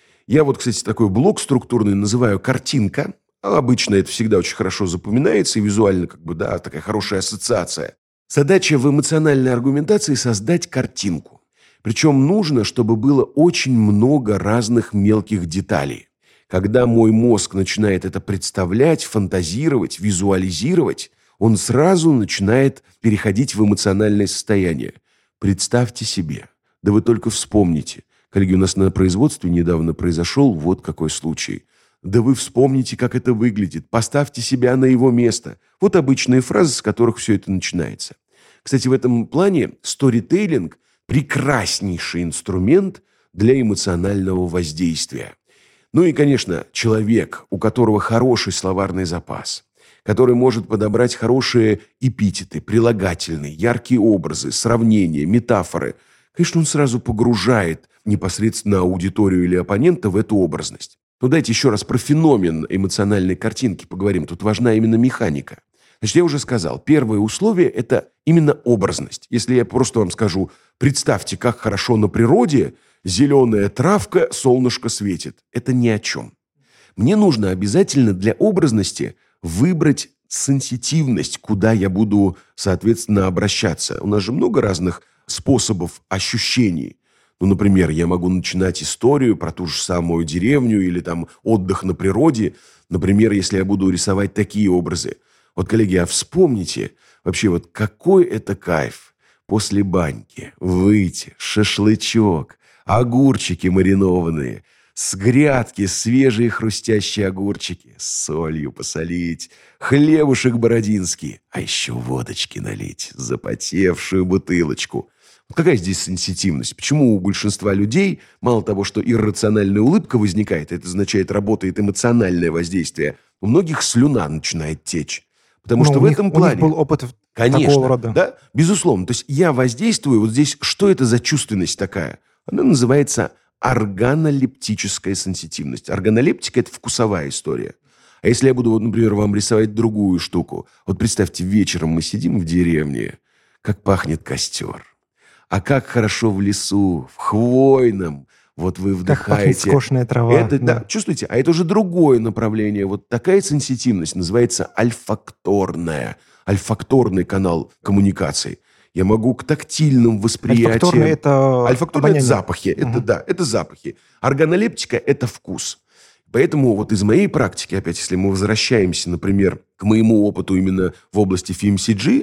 Я вот, кстати, такой блок структурный называю «картинка». Обычно это всегда очень хорошо запоминается и визуально как бы, да, такая хорошая ассоциация. Задача в эмоциональной аргументации – создать картинку. Причем нужно, чтобы было очень много разных мелких деталей. Когда мой мозг начинает это представлять, фантазировать, визуализировать, он сразу начинает переходить в эмоциональное состояние. Представьте себе, да вы только вспомните. Коллеги, у нас на производстве недавно произошел вот какой случай. Да вы вспомните, как это выглядит. Поставьте себя на его место. Вот обычные фразы, с которых все это начинается. Кстати, в этом плане сторителлинг – прекраснейший инструмент для эмоционального воздействия. Ну и, конечно, человек, у которого хороший словарный запас, который может подобрать хорошие эпитеты, прилагательные, яркие образы, сравнения, метафоры. Конечно, он сразу погружает непосредственно аудиторию или оппонента в эту образность. Но давайте еще раз про феномен эмоциональной картинки поговорим. Тут важна именно механика. Значит, я уже сказал, первое условие – это именно образность. Если я просто вам скажу, представьте, как хорошо на природе, зеленая травка, солнышко светит. Это ни о чем. Мне нужно обязательно для образности выбрать сенситивность, куда я буду, соответственно, обращаться. У нас же много разных способов ощущений. Ну, например, я могу начинать историю про ту же самую деревню или там отдых на природе. Например, если я буду рисовать такие образы. Вот, коллеги, а вспомните вообще, вот какой это кайф после баньки выйти, шашлычок, огурчики маринованные, с грядки свежие хрустящие огурчики, с солью посолить, хлебушек бородинский, а еще водочки налить, запотевшую бутылочку. Какая здесь сенситивность? Почему у большинства людей мало того, что иррациональная улыбка возникает, это означает, работает эмоциональное воздействие, у многих слюна начинает течь. Потому Но что у в них, этом у плане... них был опыт Конечно, такого рода. Да, безусловно. То есть я воздействую, вот здесь, что это за чувственность такая? Она называется органолептическая сенситивность. Органолептика – это вкусовая история. А если я буду, вот, например, вам рисовать другую штуку, вот представьте, вечером мы сидим в деревне, как пахнет костер, а как хорошо в лесу, в хвойном, вот вы вдыхаете. Как пахнет скошенная трава. Это, да. Да, чувствуете? А это уже другое направление. Вот такая сенситивность называется альфакторная. Альфакторный канал коммуникации. Я могу к тактильным восприятиям... Альфакторный – это Альфакторный – это запахи. Угу. Это, да, это запахи. Органолептика – это вкус. Поэтому вот из моей практики, опять, если мы возвращаемся, например, к моему опыту именно в области эф эм си джи,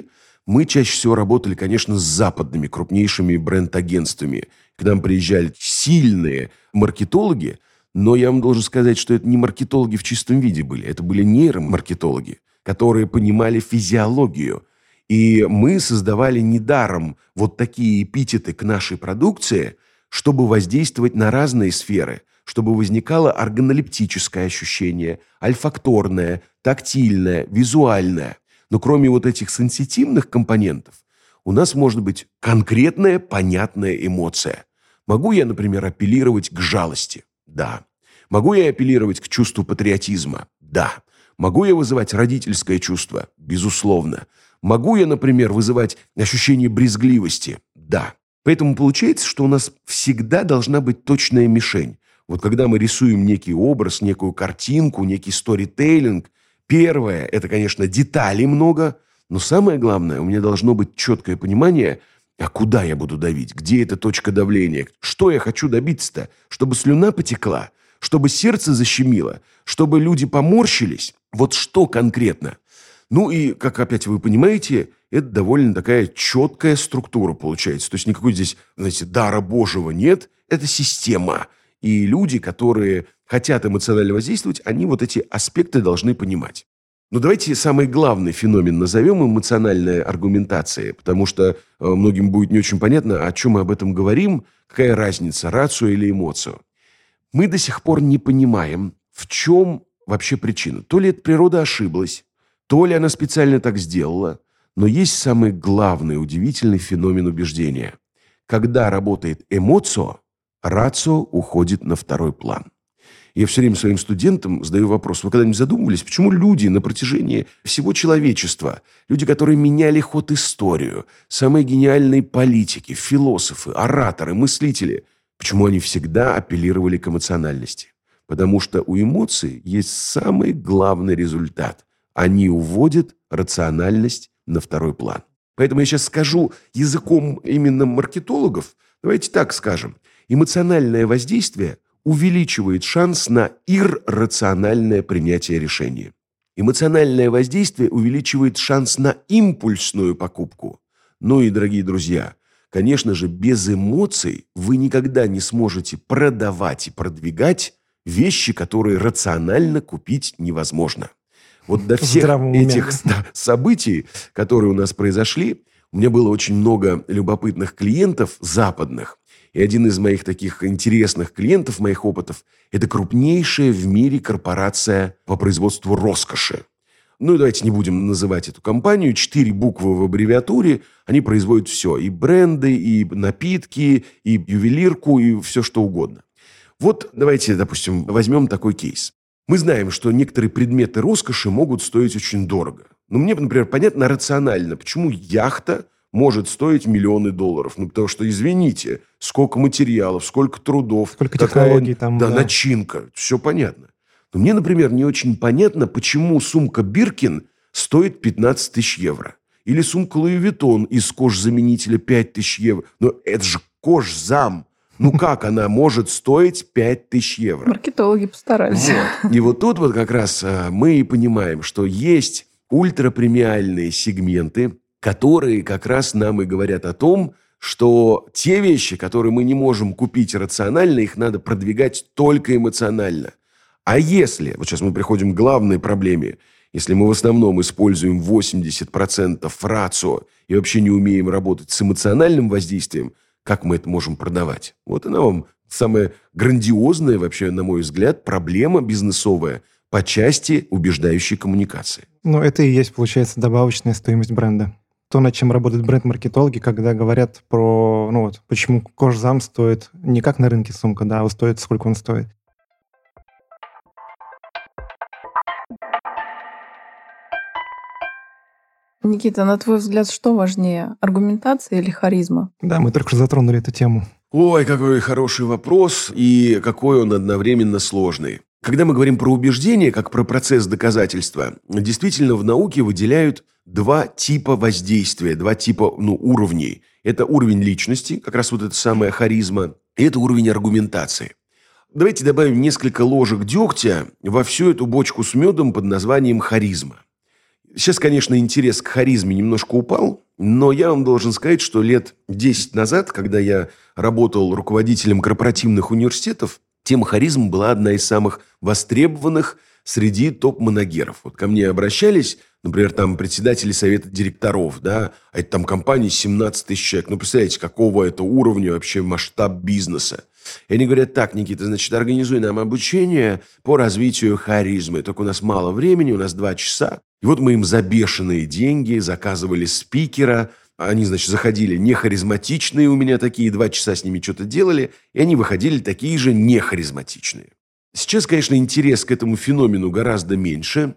Мы чаще всего работали, конечно, с западными крупнейшими бренд-агентствами. К нам приезжали сильные маркетологи, но я вам должен сказать, что это не маркетологи в чистом виде были. Это были нейромаркетологи, которые понимали физиологию. И мы создавали недаром вот такие эпитеты к нашей продукции, чтобы воздействовать на разные сферы, чтобы возникало органолептическое ощущение, ольфакторное, тактильное, визуальное. Но кроме вот этих сенситивных компонентов, у нас может быть конкретная, понятная эмоция. Могу я, например, апеллировать к жалости? Да. Могу я апеллировать к чувству патриотизма? Да. Могу я вызывать родительское чувство? Безусловно. Могу я, например, вызывать ощущение брезгливости? Да. Поэтому получается, что у нас всегда должна быть точная мишень. Вот когда мы рисуем некий образ, некую картинку, некий сторителлинг, первое, это, конечно, деталей много, но самое главное, у меня должно быть четкое понимание, а куда я буду давить, где эта точка давления, что я хочу добиться-то, чтобы слюна потекла, чтобы сердце защемило, чтобы люди поморщились, вот что конкретно. Ну и, как опять вы понимаете, это довольно такая четкая структура получается, то есть никакой здесь, знаете, дара Божьего нет, это система. И люди, которые хотят эмоционально воздействовать, они вот эти аспекты должны понимать. Но давайте самый главный феномен назовем эмоциональная аргументация, потому что многим будет не очень понятно, о чем мы об этом говорим, какая разница, рацио или эмоцию. Мы до сих пор не понимаем, в чем вообще причина. То ли эта природа ошиблась, то ли она специально так сделала, но есть самый главный удивительный феномен убеждения. Когда работает эмоция, рацио уходит на второй план. Я все время своим студентам задаю вопрос. Вы когда-нибудь задумывались, почему люди на протяжении всего человечества, люди, которые меняли ход истории, самые гениальные политики, философы, ораторы, мыслители, почему они всегда апеллировали к эмоциональности? Потому что у эмоций есть самый главный результат. Они уводят рациональность на второй план. Поэтому я сейчас скажу языком именно маркетологов. Давайте так скажем. Эмоциональное воздействие увеличивает шанс на иррациональное принятие решения. Эмоциональное воздействие увеличивает шанс на импульсную покупку. Ну и, дорогие друзья, конечно же, без эмоций вы никогда не сможете продавать и продвигать вещи, которые рационально купить невозможно. Вот до всех этих да, событий, которые у нас произошли, у меня было очень много любопытных клиентов западных. И один из моих таких интересных клиентов, моих опытов, это крупнейшая в мире корпорация по производству роскоши. Ну, давайте не будем называть эту компанию. Четыре буквы в аббревиатуре. Они производят все. И бренды, и напитки, и ювелирку, и все что угодно. Вот давайте, допустим, возьмем такой кейс. Мы знаем, что некоторые предметы роскоши могут стоить очень дорого. Но мне, например, понятно рационально, почему яхта может стоить миллионы долларов. Ну, потому что, извините, сколько материалов, сколько трудов. Сколько технологий какая, там. Да, да, начинка. Все понятно. Но мне, например, не очень понятно, почему сумка Биркин стоит пятнадцать тысяч евро. Или сумка Луи Виттон из кожзаменителя пять тысяч евро. Но это же кожзам. Ну как она может стоить пять тысяч евро? Маркетологи постарались. Вот. И вот тут вот как раз а, мы и понимаем, что есть ультрапремиальные сегменты, которые как раз нам и говорят о том, что те вещи, которые мы не можем купить рационально, их надо продвигать только эмоционально. А если, вот сейчас мы приходим к главной проблеме, если мы в основном используем восемьдесят процентов рацио и вообще не умеем работать с эмоциональным воздействием, как мы это можем продавать? Вот она вам самая грандиозная, вообще, на мой взгляд, проблема бизнесовая по части убеждающей коммуникации. Ну, это и есть, получается, добавочная стоимость бренда. То, над чем работают бренд-маркетологи, когда говорят про, ну вот, почему кожзам стоит не как на рынке сумка, да, а стоит, сколько он стоит. Никита, на твой взгляд, что важнее, аргументация или харизма? Да, мы только что затронули эту тему. Ой, какой хороший вопрос, и какой он одновременно сложный. Когда мы говорим про убеждение, как про процесс доказательства, действительно в науке выделяют два типа воздействия, два типа ну, уровней. Это уровень личности, как раз вот эта самая харизма, и это уровень аргументации. Давайте добавим несколько ложек дегтя во всю эту бочку с медом под названием харизма. Сейчас, конечно, интерес к харизме немножко упал, но я вам должен сказать, что лет десять назад, когда я работал руководителем корпоративных университетов, тема харизмы была одна из самых востребованных среди топ-манагеров. Вот ко мне обращались, например, там председатели совета директоров, да, а это там компания семнадцать тысяч человек. Ну, представляете, какого это уровня вообще масштаб бизнеса. И они говорят: так, Никита, значит, организуй нам обучение по развитию харизмы. Только у нас мало времени, у нас два часа. И вот мы им за бешеные деньги заказывали спикера. Они, значит, заходили нехаризматичные у меня такие, два часа с ними что-то делали, и они выходили такие же нехаризматичные. Сейчас, конечно, интерес к этому феномену гораздо меньше,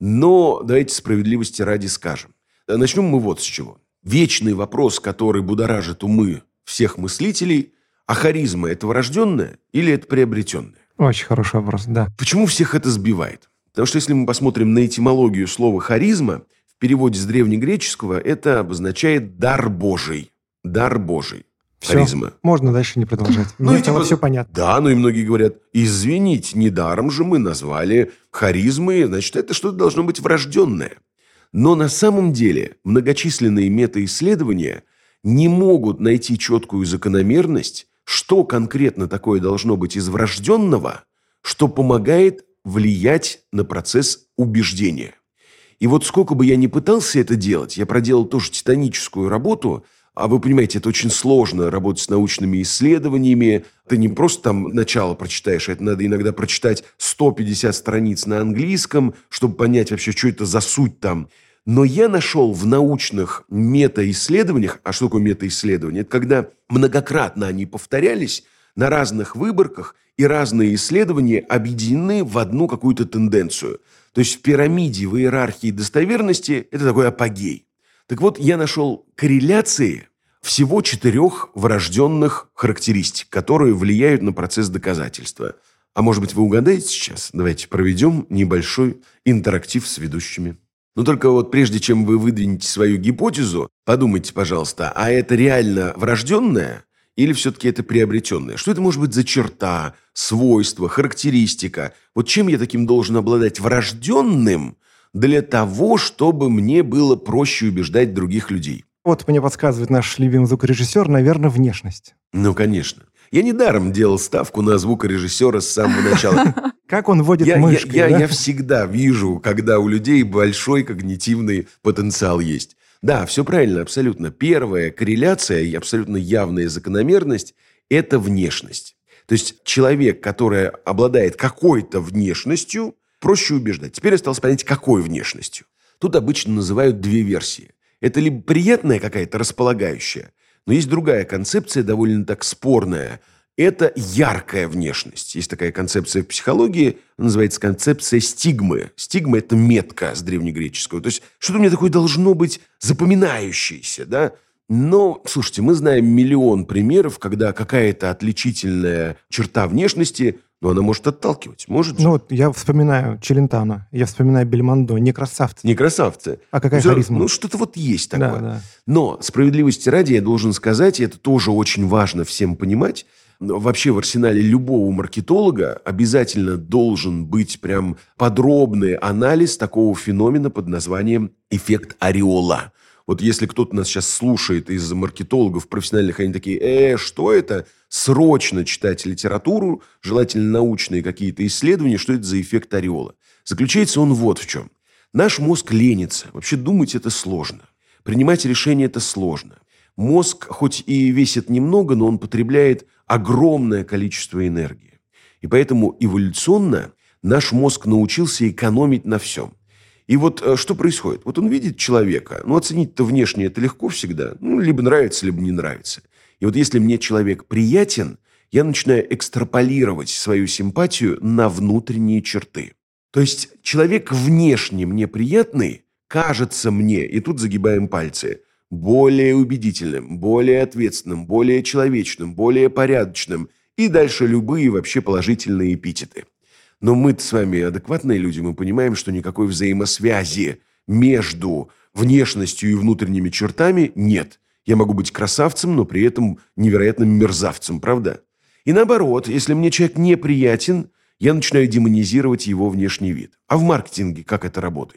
но давайте справедливости ради скажем. Начнем мы вот с чего. Вечный вопрос, который будоражит умы всех мыслителей: а харизма – это врожденная или это приобретенная? Очень хороший вопрос, да. Почему всех это сбивает? Потому что если мы посмотрим на этимологию слова «харизма», в переводе с древнегреческого это обозначает «дар Божий». Дар Божий. Все, харизма. Можно дальше не продолжать. Ну, Мне и стало типа, все понятно. Да, ну и многие говорят: извините, недаром же мы назвали харизмой, значит, это что-то должно быть врожденное. Но на самом деле многочисленные метаисследования не могут найти четкую закономерность, что конкретно такое должно быть из врожденного, что помогает влиять на процесс убеждения. И вот сколько бы я ни пытался это делать, я проделал тоже титаническую работу. А вы понимаете, это очень сложно работать с научными исследованиями. Ты не просто там начало прочитаешь, это надо иногда прочитать сто пятьдесят страниц на английском, чтобы понять вообще, что это за суть там. Но я нашел в научных метаисследованиях, а что такое метаисследование? Это когда многократно они повторялись на разных выборках, и разные исследования объединены в одну какую-то тенденцию. То есть в пирамиде, в иерархии достоверности это такой апогей. Так вот, я нашел корреляции всего четырех врожденных характеристик, которые влияют на процесс доказательства. А может быть, вы угадаете сейчас? Давайте проведем небольшой интерактив с ведущими. Но только вот прежде чем вы выдвинете свою гипотезу, подумайте, пожалуйста, а это реально врожденное или все-таки это приобретенное? Что это может быть за черта, свойство, характеристика? Вот чем я таким должен обладать врожденным для того, чтобы мне было проще убеждать других людей? Вот мне подсказывает наш любимый звукорежиссер, наверное, внешность. Ну, конечно. Я недаром делал ставку на звукорежиссера с самого начала. Как он водит Я, мышкой, я, да? я, я всегда вижу, когда у людей большой когнитивный потенциал есть. Да, все правильно, абсолютно. Первая корреляция и абсолютно явная закономерность – это внешность. То есть человек, который обладает какой-то внешностью, проще убеждать. Теперь осталось понять, какой внешностью. Тут обычно называют две версии. Это либо приятная какая-то, располагающая, но есть другая концепция, довольно так спорная. Это яркая внешность. Есть такая концепция в психологии, называется концепция стигмы. Стигма – это метка с древнегреческого. То есть что-то у меня такое должно быть запоминающееся, да? Но, слушайте, мы знаем миллион примеров, когда какая-то отличительная черта внешности, но она может отталкивать. Может же? Ну, вот я вспоминаю Челентано, я вспоминаю Бельмондо, не красавцы. Не красавцы. А какая Все- харизма? Ну, что-то вот есть такое. Да, да. Но, справедливости ради, я должен сказать, и это тоже очень важно всем понимать, но вообще в арсенале любого маркетолога обязательно должен быть прям подробный анализ такого феномена под названием эффект ореола. Вот если кто-то нас сейчас слушает из маркетологов профессиональных, они такие: э, что это? Срочно читать литературу, желательно научные какие-то исследования, что это за эффект ореола. Заключается он вот в чем. Наш мозг ленится. Вообще думать это сложно. Принимать решения это сложно. Мозг хоть и весит немного, но он потребляет огромное количество энергии. И поэтому эволюционно наш мозг научился экономить на всем. И вот э, что происходит? Вот он видит человека, ну, оценить-то внешне это легко всегда, ну, либо нравится, либо не нравится. И вот если мне человек приятен, я начинаю экстраполировать свою симпатию на внутренние черты. То есть человек внешне мне приятный кажется мне, и тут загибаем пальцы, более убедительным, более ответственным, более человечным, более порядочным и дальше любые вообще положительные эпитеты. Но мы-то с вами адекватные люди, мы понимаем, что никакой взаимосвязи между внешностью и внутренними чертами нет. Я могу быть красавцем, но при этом невероятным мерзавцем, правда? И наоборот, если мне человек неприятен, я начинаю демонизировать его внешний вид. А в маркетинге как это работает?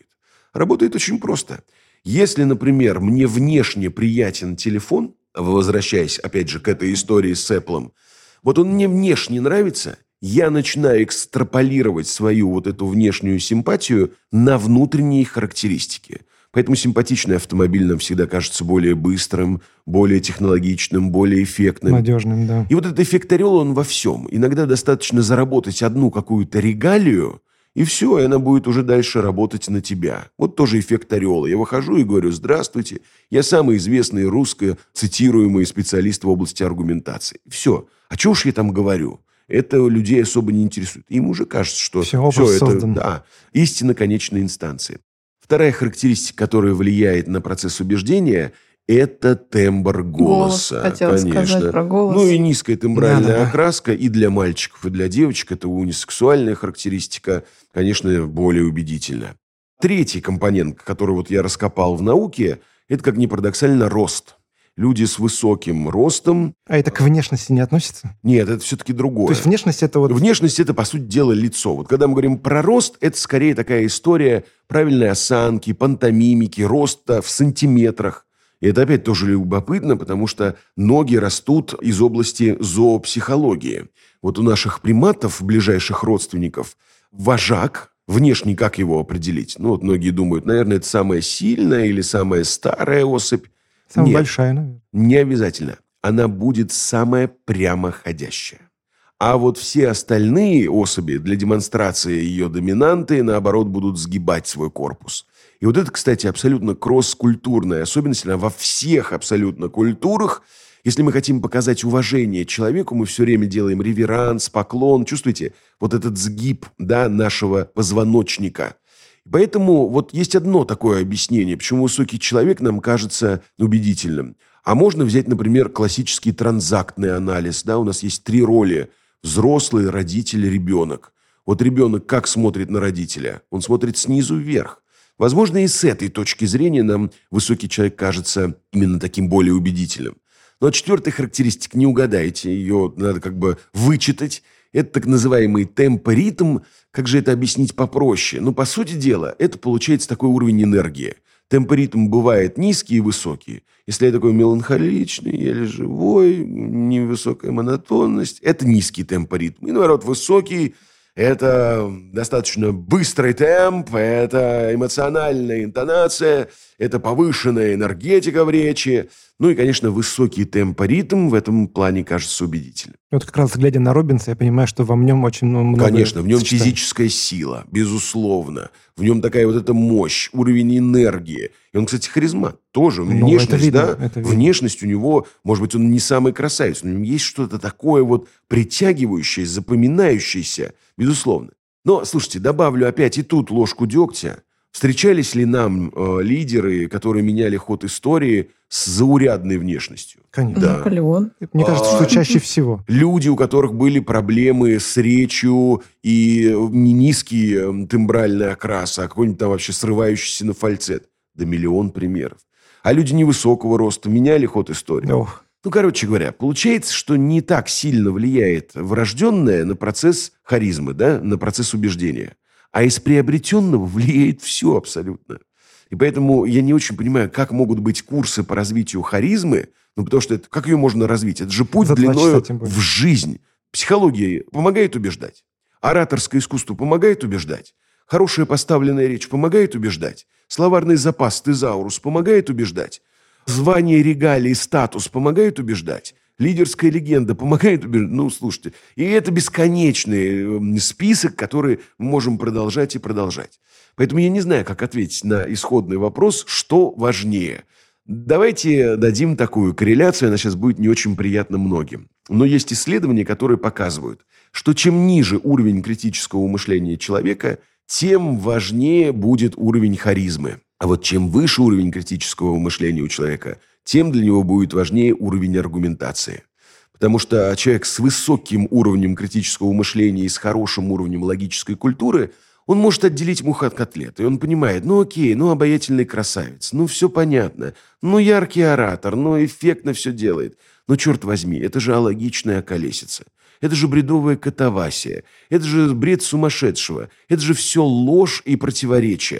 Работает очень просто. Если, например, мне внешне приятен телефон, возвращаясь, опять же, к этой истории с Apple, вот он мне внешне нравится, я начинаю экстраполировать свою вот эту внешнюю симпатию на внутренние характеристики. Поэтому симпатичный автомобиль нам всегда кажется более быстрым, более технологичным, более эффектным. Надежным, да. И вот этот эффект ореола, он во всем. Иногда достаточно заработать одну какую-то регалию, и все, и она будет уже дальше работать на тебя. Вот тоже эффект ореола. Я выхожу и говорю: здравствуйте, я самый известный русско цитируемый специалист в области аргументации. Все. А чего уж я там говорю? Это людей особо не интересует. Им уже кажется, что все, все это создан. Да, истина конечной инстанции. Вторая характеристика, которая влияет на процесс убеждения, это тембр голоса. Голос, хотела Конечно. сказать про голос. Ну и низкая тембральная Да-да-да. окраска и для мальчиков, и для девочек. Это унисексуальная характеристика, конечно, более убедительна. Третий компонент, который вот я раскопал в науке, это, как ни парадоксально, рост. Люди с высоким ростом... А это к внешности не относится? Нет, это все-таки другое. То есть внешность это вот... Внешность – это, по сути дела, лицо. Вот когда мы говорим про рост, это скорее такая история правильной осанки, пантомимики, роста в сантиметрах. И это опять тоже любопытно, потому что ноги растут из области зоопсихологии. Вот у наших приматов, ближайших родственников, вожак, внешне как его определить? Ну вот многие думают, наверное, это самая сильная или самая старая особь. Самая Нет, большая, наверное. не обязательно. Она будет самая прямоходящая. А вот все остальные особи для демонстрации ее доминанты, наоборот, будут сгибать свой корпус. И вот это, кстати, абсолютно кросс-культурная особенность. Она во всех абсолютно культурах. Если мы хотим показать уважение человеку, мы все время делаем реверанс, поклон. Чувствуете? Вот этот сгиб, да, нашего позвоночника. Поэтому вот есть одно такое объяснение, почему высокий человек нам кажется убедительным. А можно взять, например, классический транзактный анализ. Да? У нас есть три роли: взрослый, родитель, ребенок. Вот ребенок как смотрит на родителя? Он смотрит снизу вверх. Возможно, и с этой точки зрения нам высокий человек кажется именно таким более убедительным. Но четвертая характеристика, не угадаете, ее надо как бы вычитать. Это так называемый темпоритм. Как же это объяснить попроще? Ну, по сути дела, это получается такой уровень энергии. Темпоритм бывает низкий и высокий. Если я такой меланхоличный, еле живой, невысокая монотонность, это низкий темпоритм. И, наоборот, высокий – это достаточно быстрый темп, это эмоциональная интонация, это повышенная энергетика в речи. Ну и, конечно, высокий темпоритм в этом плане кажется убедительным. Вот как раз глядя на Роббинса, я понимаю, что во нем очень много... Конечно, в нем сочетаний. физическая сила, безусловно. В нем такая вот эта мощь, уровень энергии. И он, кстати, харизмат тоже. Ну, Внешность, это видно, да? это видно. Внешность у него, может быть, он не самый красавец, но у него есть что-то такое вот притягивающее, запоминающееся, безусловно. Но, слушайте, добавлю опять и тут ложку дегтя. Встречались ли нам э, лидеры, которые меняли ход истории с заурядной внешностью? Конечно. Да. Наполеон. Мне кажется, что А, чаще всего. Люди, у которых были проблемы с речью и не низкий э, тембральный окрас, а какой-нибудь там вообще срывающийся на фальцет. Да миллион примеров. А люди невысокого роста меняли ход истории. Ох. Ну, короче говоря, получается, что не так сильно влияет врожденное на процесс харизмы, да, на процесс убеждения. А из приобретенного влияет все абсолютно. И поэтому я не очень понимаю, как могут быть курсы по развитию харизмы, ну, потому что это, как ее можно развить? Это же путь За два длиною часа, тем более. в жизнь. Психология помогает убеждать. Ораторское искусство помогает убеждать. Хорошая поставленная речь помогает убеждать. Словарный запас, тезаурус помогает убеждать. Звание, регалии, статус помогает убеждать. Лидерская легенда помогает убеждать. Ну, слушайте, и это бесконечный список, который мы можем продолжать и продолжать. Поэтому я не знаю, как ответить на исходный вопрос, что важнее. Давайте дадим такую корреляцию, она сейчас будет не очень приятна многим. Но есть исследования, которые показывают, что чем ниже уровень критического мышления человека, тем важнее будет уровень харизмы. А вот чем выше уровень критического мышления у человека, тем для него будет важнее уровень аргументации. Потому что человек с высоким уровнем критического мышления и с хорошим уровнем логической культуры, он может отделить муху от котлеты. И он понимает, ну окей, ну обаятельный красавец, ну все понятно, ну яркий оратор, ну эффектно все делает. Но черт возьми, это же алогичная околесица. Это же бредовая катавасия. Это же бред сумасшедшего. Это же все ложь и противоречие.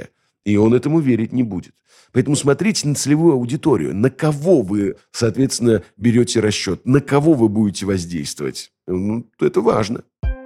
И он этому верить не будет. Поэтому смотрите на целевую аудиторию, на кого вы, соответственно, берете расчет, на кого вы будете воздействовать. Ну, это важно.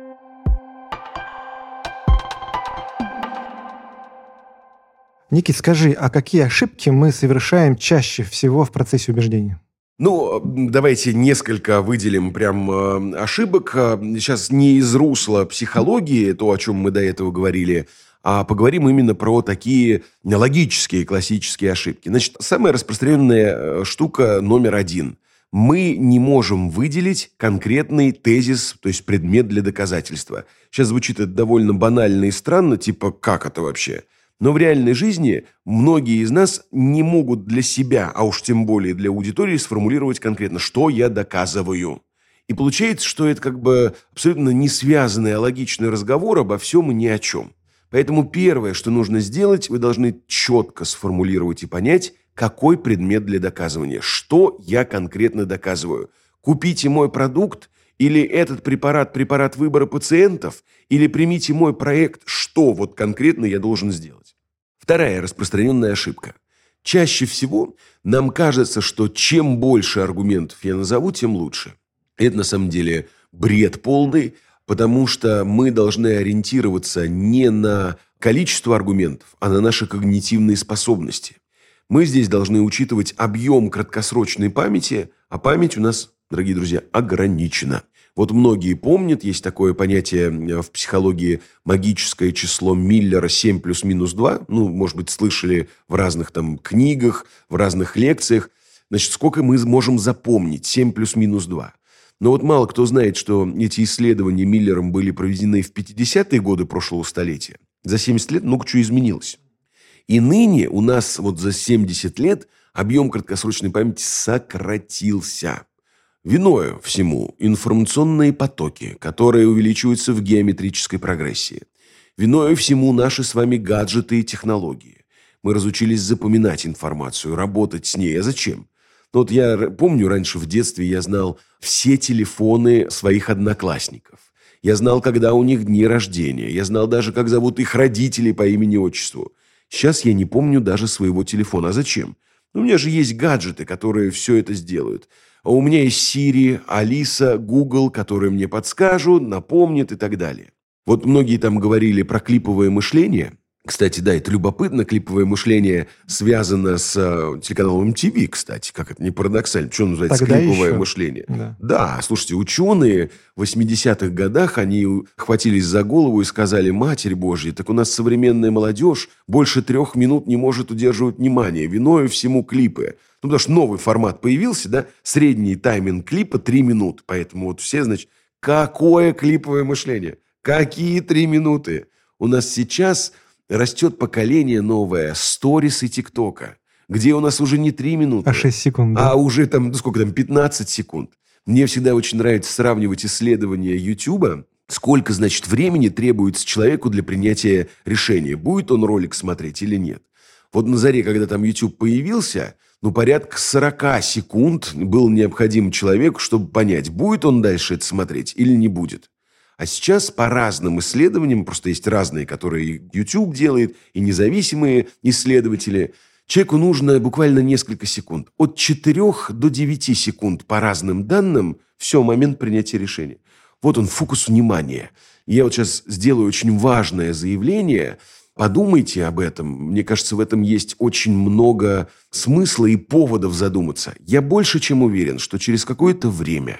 Никит, скажи, а какие ошибки мы совершаем чаще всего в процессе убеждения? Ну, давайте несколько выделим прям э, ошибок. Сейчас не из русла психологии, то, о чем мы до этого говорили, а поговорим именно про такие логические классические ошибки. Значит, самая распространенная штука номер один. Мы не можем выделить конкретный тезис, то есть предмет для доказательства. Сейчас звучит это довольно банально и странно, типа «как это вообще?». Но в реальной жизни многие из нас не могут для себя, а уж тем более для аудитории, сформулировать конкретно, что я доказываю. И получается, что это как бы абсолютно не связанный, а логичный разговор обо всем и ни о чем. Поэтому первое, что нужно сделать, вы должны четко сформулировать и понять, какой предмет для доказывания, что я конкретно доказываю. Купите мой продукт, или этот препарат – препарат выбора пациентов, или примите мой проект, что вот конкретно я должен сделать. Вторая распространенная ошибка. Чаще всего нам кажется, что чем больше аргументов я назову, тем лучше. Это на самом деле бред полный, потому что мы должны ориентироваться не на количество аргументов, а на наши когнитивные способности. Мы здесь должны учитывать объем краткосрочной памяти, а память у нас, дорогие друзья, ограничена. Вот многие помнят, есть такое понятие в психологии магическое число Миллера семь плюс минус два. Ну, может быть, слышали в разных там книгах, в разных лекциях. Значит, сколько мы можем запомнить? семь плюс минус два. Но вот мало кто знает, что эти исследования Миллером были проведены в пятидесятые годы прошлого столетия. За семьдесят лет много чего изменилось. И ныне у нас вот за семьдесят лет объем краткосрочной памяти сократился. Виною всему информационные потоки, которые увеличиваются в геометрической прогрессии. Виною всему наши с вами гаджеты и технологии. Мы разучились запоминать информацию, работать с ней. А зачем? Ну, вот я помню, раньше в детстве я знал все телефоны своих одноклассников. Я знал, когда у них дни рождения. Я знал даже, как зовут их родителей по имени-отчеству. Сейчас я не помню даже своего телефона. А зачем? Ну, у меня же есть гаджеты, которые все это сделают. А у меня есть Siri, Алиса, Google, которые мне подскажут, напомнят и так далее. Вот многие там говорили про клиповое мышление. Кстати, да, это любопытно. Клиповое мышление связано с э, телеканалом эм ти ви, кстати. Как это не парадоксально. Что называется Тогда клиповое еще. мышление? Да. Да, слушайте, ученые в восьмидесятых годах, они хватились за голову и сказали: «Матерь Божья, так у нас современная молодежь больше трех минут не может удерживать внимание. Виною всему клипы». Ну, потому что новый формат появился, да? Средний тайминг клипа три минуты. Поэтому вот все, значит, какое клиповое мышление? Какие три минуты? У нас сейчас растет поколение новое сторис и тиктока, где у нас уже не три минуты, А шесть секунд, да? а уже там, ну, сколько там, пятнадцать секунд. Мне всегда очень нравится сравнивать исследования Ютуба, сколько, значит, времени требуется человеку для принятия решения, будет он ролик смотреть или нет. Вот на заре, когда там YouTube появился, ну, порядка сорок секунд был необходим человеку, чтобы понять, будет он дальше это смотреть или не будет. А сейчас по разным исследованиям, просто есть разные, которые YouTube делает, и независимые исследователи, человеку нужно буквально несколько секунд. От четырёх до девяти секунд по разным данным, все, момент принятия решения. Вот он, фокус внимания. И я вот сейчас сделаю очень важное заявление. Подумайте об этом. Мне кажется, в этом есть очень много смысла и поводов задуматься. Я больше чем уверен, что через какое-то время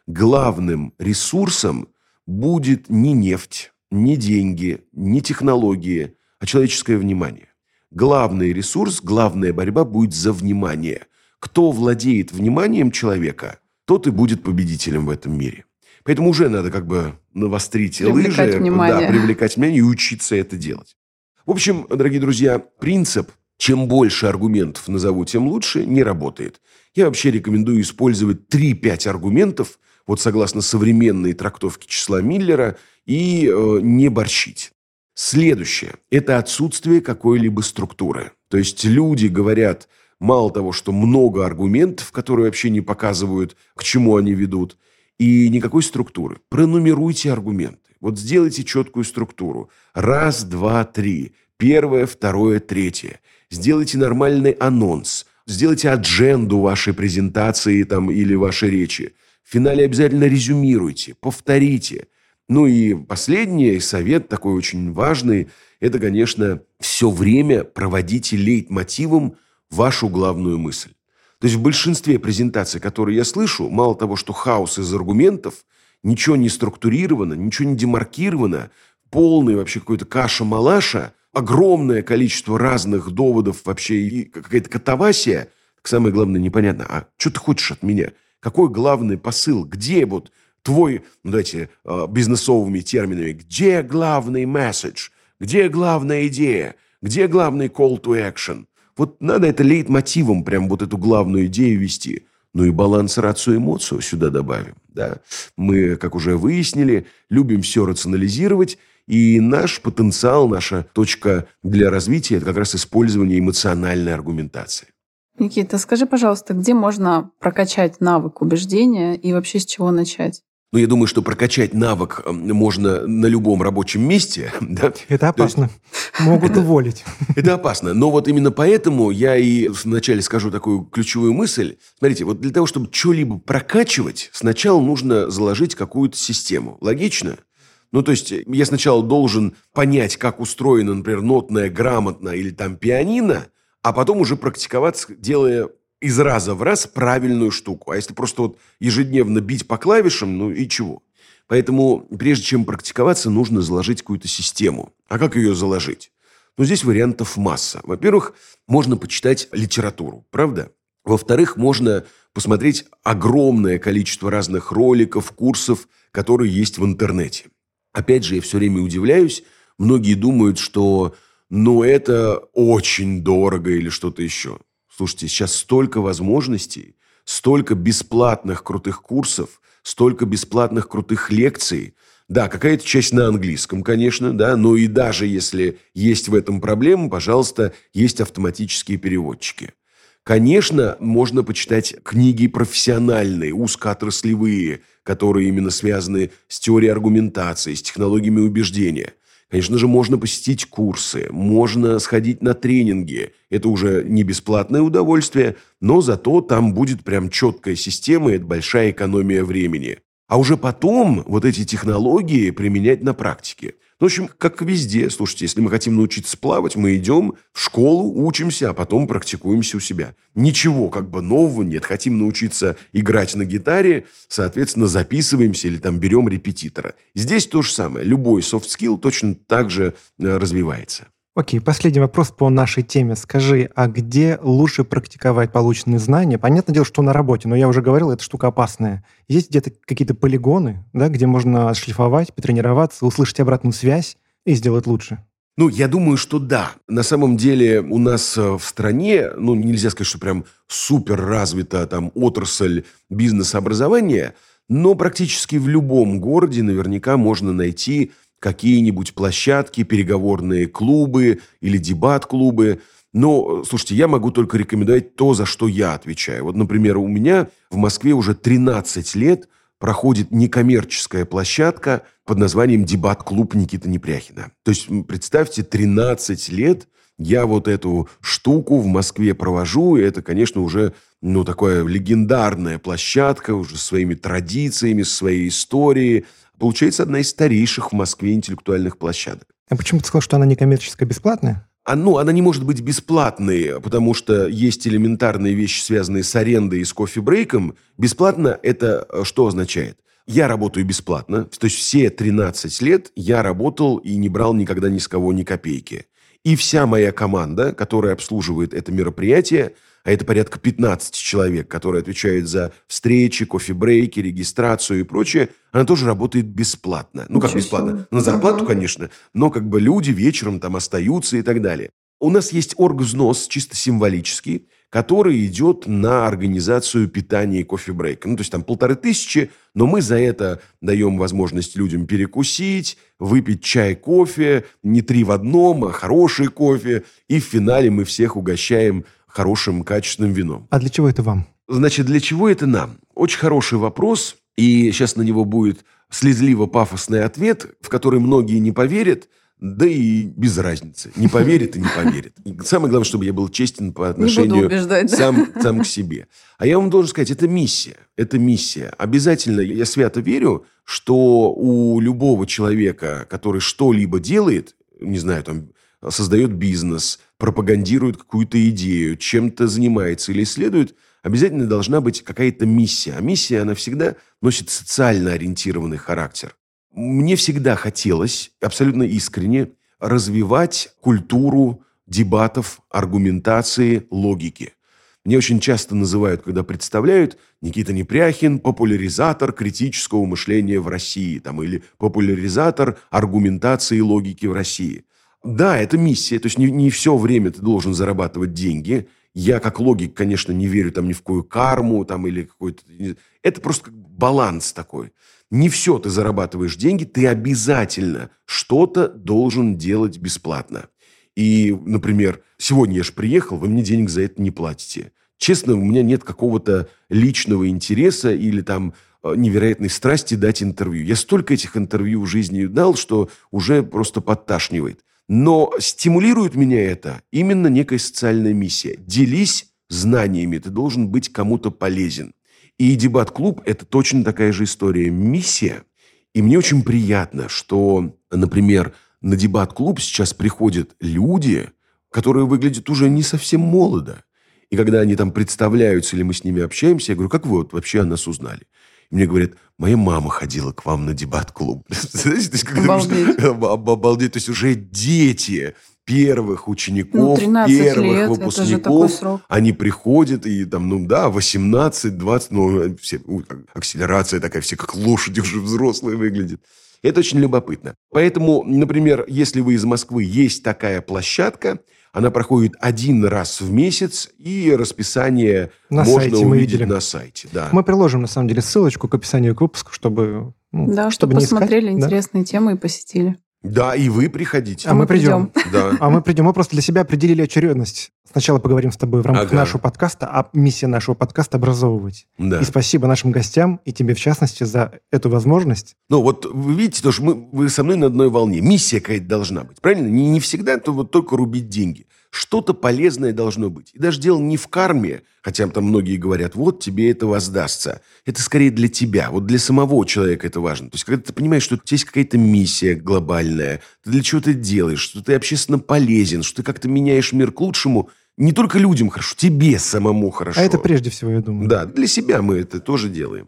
главным ресурсом будет не нефть, не деньги, не технологии, а человеческое внимание. Главный ресурс, главная борьба будет за внимание. Кто владеет вниманием человека, тот и будет победителем в этом мире. Поэтому уже надо как бы навострить Привлекать лыжи, внимание. да, привлекать внимание и учиться это делать. В общем, дорогие друзья, принцип «чем больше аргументов назову, тем лучше» не работает. Я вообще рекомендую использовать три-пять аргументов, вот согласно современной трактовке числа Миллера, и э, не борщить. Следующее – это отсутствие какой-либо структуры. То есть люди говорят мало того, что много аргументов, которые вообще не показывают, к чему они ведут, и никакой структуры. Пронумеруйте аргументы. Вот сделайте четкую структуру. Раз, два, три. Первое, второе, третье. Сделайте нормальный анонс. Сделайте адженду вашей презентации там, или вашей речи. В финале обязательно резюмируйте, повторите. Ну и последний совет, такой очень важный, это, конечно, все время проводите лейтмотивом вашу главную мысль. То есть в большинстве презентаций, которые я слышу, мало того, что хаос из аргументов, ничего не структурировано, ничего не демаркировано, полный вообще какой-то каша-малаша, огромное количество разных доводов вообще и какая-то катавасия. Самое главное, непонятно, а что ты хочешь от меня? Какой главный посыл? Где вот твой, ну давайте бизнесовыми терминами, где главный месседж? Где главная идея? Где главный call to action? Вот надо это лейтмотивом прям вот эту главную идею вести. Ну и баланс рацио-эмоцию сюда добавим. Да? Мы, как уже выяснили, любим все рационализировать, и наш потенциал, наша точка для развития – это как раз использование эмоциональной аргументации. Никита, скажи, пожалуйста, где можно прокачать навык убеждения и вообще с чего начать? Ну, я думаю, что прокачать навык можно на любом рабочем месте. Да? Это опасно. Есть... Могут это, уволить. Это опасно. Но вот именно поэтому я и вначале скажу такую ключевую мысль. Смотрите, вот для того, чтобы что-либо прокачивать, сначала нужно заложить какую-то систему. Логично? Ну, то есть я сначала должен понять, как устроена, например, нотная грамотно или там пианино, а потом уже практиковаться, делая из раза в раз правильную штуку. А если просто вот ежедневно бить по клавишам, ну и чего? Поэтому прежде чем практиковаться, нужно заложить какую-то систему. А как ее заложить? Ну, здесь вариантов масса. Во-первых, можно почитать литературу, правда? Во-вторых, можно посмотреть огромное количество разных роликов, курсов, которые есть в интернете. Опять же, я все время удивляюсь. Многие думают, что ну, это очень дорого или что-то еще. Слушайте, сейчас столько возможностей, столько бесплатных крутых курсов, столько бесплатных крутых лекций. Да, какая-то часть на английском, конечно, да, но и даже если есть в этом проблема, пожалуйста, есть автоматические переводчики. Конечно, можно почитать книги профессиональные, узкоотраслевые, которые именно связаны с теорией аргументации, с технологиями убеждения. Конечно же, можно посетить курсы, можно сходить на тренинги. Это уже не бесплатное удовольствие, но зато там будет прям четкая система, и это большая экономия времени. А уже потом вот эти технологии применять на практике. В общем, как везде. Слушайте, если мы хотим научиться плавать, мы идем в школу, учимся, а потом практикуемся у себя. Ничего как бы нового нет. Хотим научиться играть на гитаре, соответственно, записываемся или там берем репетитора. Здесь то же самое. Любой soft skill точно так же развивается. Окей, последний вопрос по нашей теме. Скажи, а где лучше практиковать полученные знания? Понятное дело, что на работе, но я уже говорил, эта штука опасная. Есть где-то какие-то полигоны, да, где можно отшлифовать, потренироваться, услышать обратную связь и сделать лучше? Ну, я думаю, что да. На самом деле у нас в стране, ну, нельзя сказать, что прям супер развита там отрасль бизнес-образования, но практически в любом городе наверняка можно найти какие-нибудь площадки, переговорные клубы или дебат-клубы. Но, слушайте, я могу только рекомендовать то, за что я отвечаю. Вот, например, у меня в Москве уже тринадцать лет проходит некоммерческая площадка под названием «Дебат-клуб Никиты Непряхина». То есть, представьте, тринадцать лет я вот эту штуку в Москве провожу, и это, конечно, уже ну, такая легендарная площадка, уже со своими традициями, со своей историей. Получается, одна из старейших в Москве интеллектуальных площадок. А почему ты сказал, что она некоммерческая, бесплатная? А, ну, она не может быть бесплатной, потому что есть элементарные вещи, связанные с арендой и с кофе-брейком. Бесплатно – это что означает? Я работаю бесплатно, то есть все тринадцать лет я работал и не брал никогда ни с кого ни копейки. И вся моя команда, которая обслуживает это мероприятие, а это порядка пятнадцать человек, которые отвечают за встречи, кофе-брейки, регистрацию и прочее, она тоже работает бесплатно. Ну, как Ничего бесплатно? себе. На зарплату, Ага. конечно, но как бы люди вечером там остаются и так далее. У нас есть оргвзнос, чисто символический, который идет на организацию питания и кофе-брейка. Ну, то есть там полторы тысячи, но мы за это даем возможность людям перекусить, выпить чай, кофе, не три в одном, а хороший кофе. И в финале мы всех угощаем хорошим, качественным вином. А для чего это вам? Значит, для чего это нам? Очень хороший вопрос, и сейчас на него будет слезливо-пафосный ответ, в который многие не поверят, Да и без разницы. Не поверит и не поверит. И самое главное, чтобы я был честен по отношению убеждать, да? сам, сам к себе. А я вам должен сказать, это миссия. Это миссия. Обязательно, я свято верю, что у любого человека, который что-либо делает, не знаю, там, создает бизнес, пропагандирует какую-то идею, чем-то занимается или исследует, обязательно должна быть какая-то миссия. А миссия, она всегда носит социально ориентированный характер. Мне всегда хотелось, абсолютно искренне, развивать культуру дебатов, аргументации, логики. Мне очень часто называют, когда представляют, Никита Непряхин – популяризатор критического мышления в России, там, или популяризатор аргументации и логики в России. Да, это миссия, то есть не, не все время ты должен зарабатывать деньги. Я, как логик, конечно, не верю там ни в какую карму там, или какой-то... Это просто как баланс такой. Не все ты зарабатываешь деньги, ты обязательно что-то должен делать бесплатно. И, например, сегодня я же приехал, вы мне денег за это не платите. Честно, у меня нет какого-то личного интереса или там невероятной страсти дать интервью. Я столько этих интервью в жизни дал, что уже просто подташнивает. Но стимулирует меня это именно некая социальная миссия. Делись знаниями, ты должен быть кому-то полезен. И дебат-клуб – это точно такая же история. Миссия. И мне очень приятно, что, например, на дебат-клуб сейчас приходят люди, которые выглядят уже не совсем молодо. И когда они там представляются или мы с ними общаемся, я говорю, как вы вот вообще о нас узнали? И мне говорят, моя мама ходила к вам на дебат-клуб. Обалдеть. Обалдеть. То есть уже дети первых учеников, ну, первых лет, выпускников, они приходят, и там, ну да, восемнадцать-двадцать, ну, все, акселерация такая, все как лошади уже взрослые выглядят. Это очень любопытно. Поэтому, например, если вы из Москвы, есть такая площадка, она проходит один раз в месяц, и расписание на можно сайте увидеть видели. на сайте. Да. Мы приложим, на самом деле, ссылочку к описанию к выпуску, чтобы, ну, да, чтобы чтобы не посмотрели искать, интересные да? темы и посетили. Да, и вы приходите. А, а мы придем. Да. А мы придем. Мы просто для себя определили очередность. Сначала поговорим с тобой в рамках Ага. нашего подкаста, а миссия нашего подкаста – образовывать. Да. И спасибо нашим гостям и тебе, в частности, за эту возможность. Ну, вот вы видите, то, что мы, вы со мной на одной волне. Миссия какая-то должна быть, правильно? Не, не всегда то вот только рубить деньги. Что-то полезное должно быть. И даже дело не в карме, хотя там многие говорят, вот тебе это воздастся. Это скорее для тебя, вот для самого человека это важно. То есть, когда ты понимаешь, что у тебя есть какая-то миссия глобальная, ты для чего ты делаешь, что ты общественно полезен, что ты как-то меняешь мир к лучшему, не только людям хорошо, тебе самому хорошо. А это прежде всего, я думаю. Да, для себя мы это тоже делаем.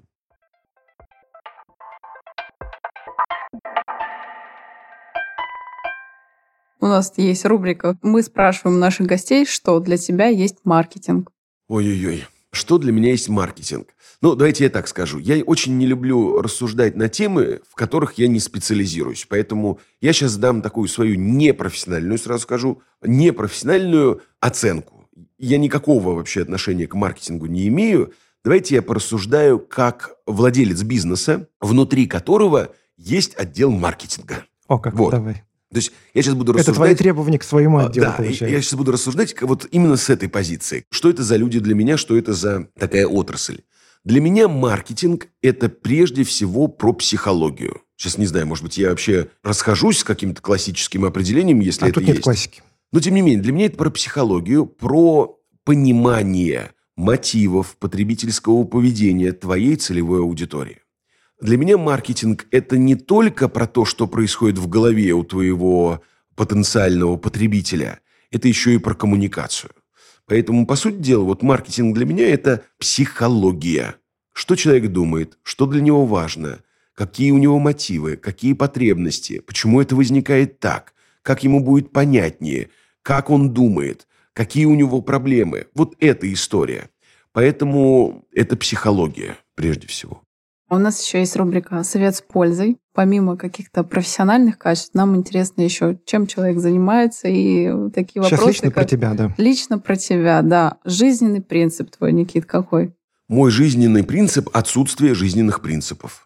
У нас есть рубрика «Мы спрашиваем наших гостей, что для тебя есть маркетинг». Ой-ой-ой. Что для меня есть маркетинг? Ну, давайте я так скажу. Я очень не люблю рассуждать на темы, в которых я не специализируюсь. Поэтому я сейчас дам такую свою непрофессиональную, сразу скажу, непрофессиональную оценку. Я никакого вообще отношения к маркетингу не имею. Давайте я порассуждаю как владелец бизнеса, внутри которого есть отдел маркетинга. О, как, вот. Давай. То есть я сейчас буду рассуждать... Это твои требования к своему отделу, Да, получается. я сейчас буду рассуждать вот именно с этой позиции. Что это за люди для меня, что это за такая отрасль? Для меня маркетинг – это прежде всего про психологию. Сейчас не знаю, может быть, я вообще расхожусь с каким-то классическим определением, если а это тут есть. нет классики. Но, тем не менее, для меня это про психологию, про понимание мотивов потребительского поведения твоей целевой аудитории. Для меня маркетинг – это не только про то, что происходит в голове у твоего потенциального потребителя, это еще и про коммуникацию. Поэтому, по сути дела, вот маркетинг для меня – это психология. Что человек думает, что для него важно, какие у него мотивы, какие потребности, почему это возникает так, как ему будет понятнее, как он думает, какие у него проблемы. Вот эта история. Поэтому это психология прежде всего. У нас еще есть рубрика «Совет с пользой». Помимо каких-то профессиональных качеств, нам интересно еще, чем человек занимается, и такие Сейчас вопросы. лично как... про тебя, да. Лично про тебя, да. Жизненный принцип твой, Никит, какой? Мой жизненный принцип – отсутствие жизненных принципов.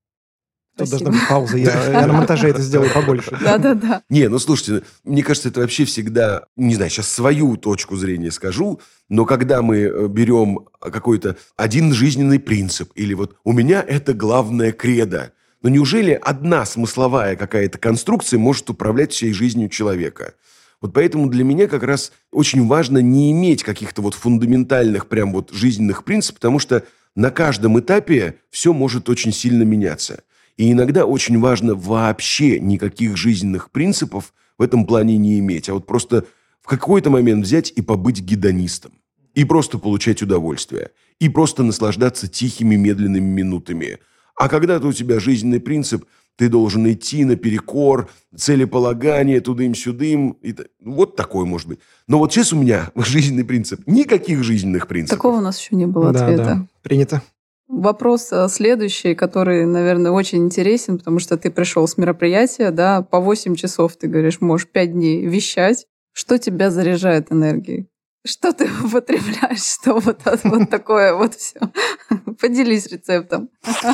Тут Спасибо. должна быть пауза. Я, я на монтаже это сделаю побольше. Да-да-да. Не, ну слушайте, мне кажется, это вообще всегда, не знаю, сейчас свою точку зрения скажу, но когда мы берем какой-то один жизненный принцип, или вот у меня это главное кредо, Но неужели одна смысловая какая-то конструкция может управлять всей жизнью человека? Вот поэтому для меня как раз очень важно не иметь каких-то вот фундаментальных прям вот жизненных принципов, потому что на каждом этапе все может очень сильно меняться. И иногда очень важно вообще никаких жизненных принципов в этом плане не иметь, а вот просто в какой-то момент взять и побыть гедонистом. И просто получать удовольствие. И просто наслаждаться тихими, медленными минутами. А когда-то у тебя жизненный принцип, ты должен идти наперекор, целеполагание, тудым-сюдым. И вот такой может быть. Но вот сейчас у меня жизненный принцип. Никаких жизненных принципов. Такого у нас еще не было Да, ответа. да, принято. Вопрос следующий, который, наверное, очень интересен, потому что ты пришел с мероприятия, да, по восемь часов, ты говоришь, можешь пять дней вещать. Что тебя заряжает энергией? Что ты употребляешь? Что вот, вот такое вот все? Поделись рецептом.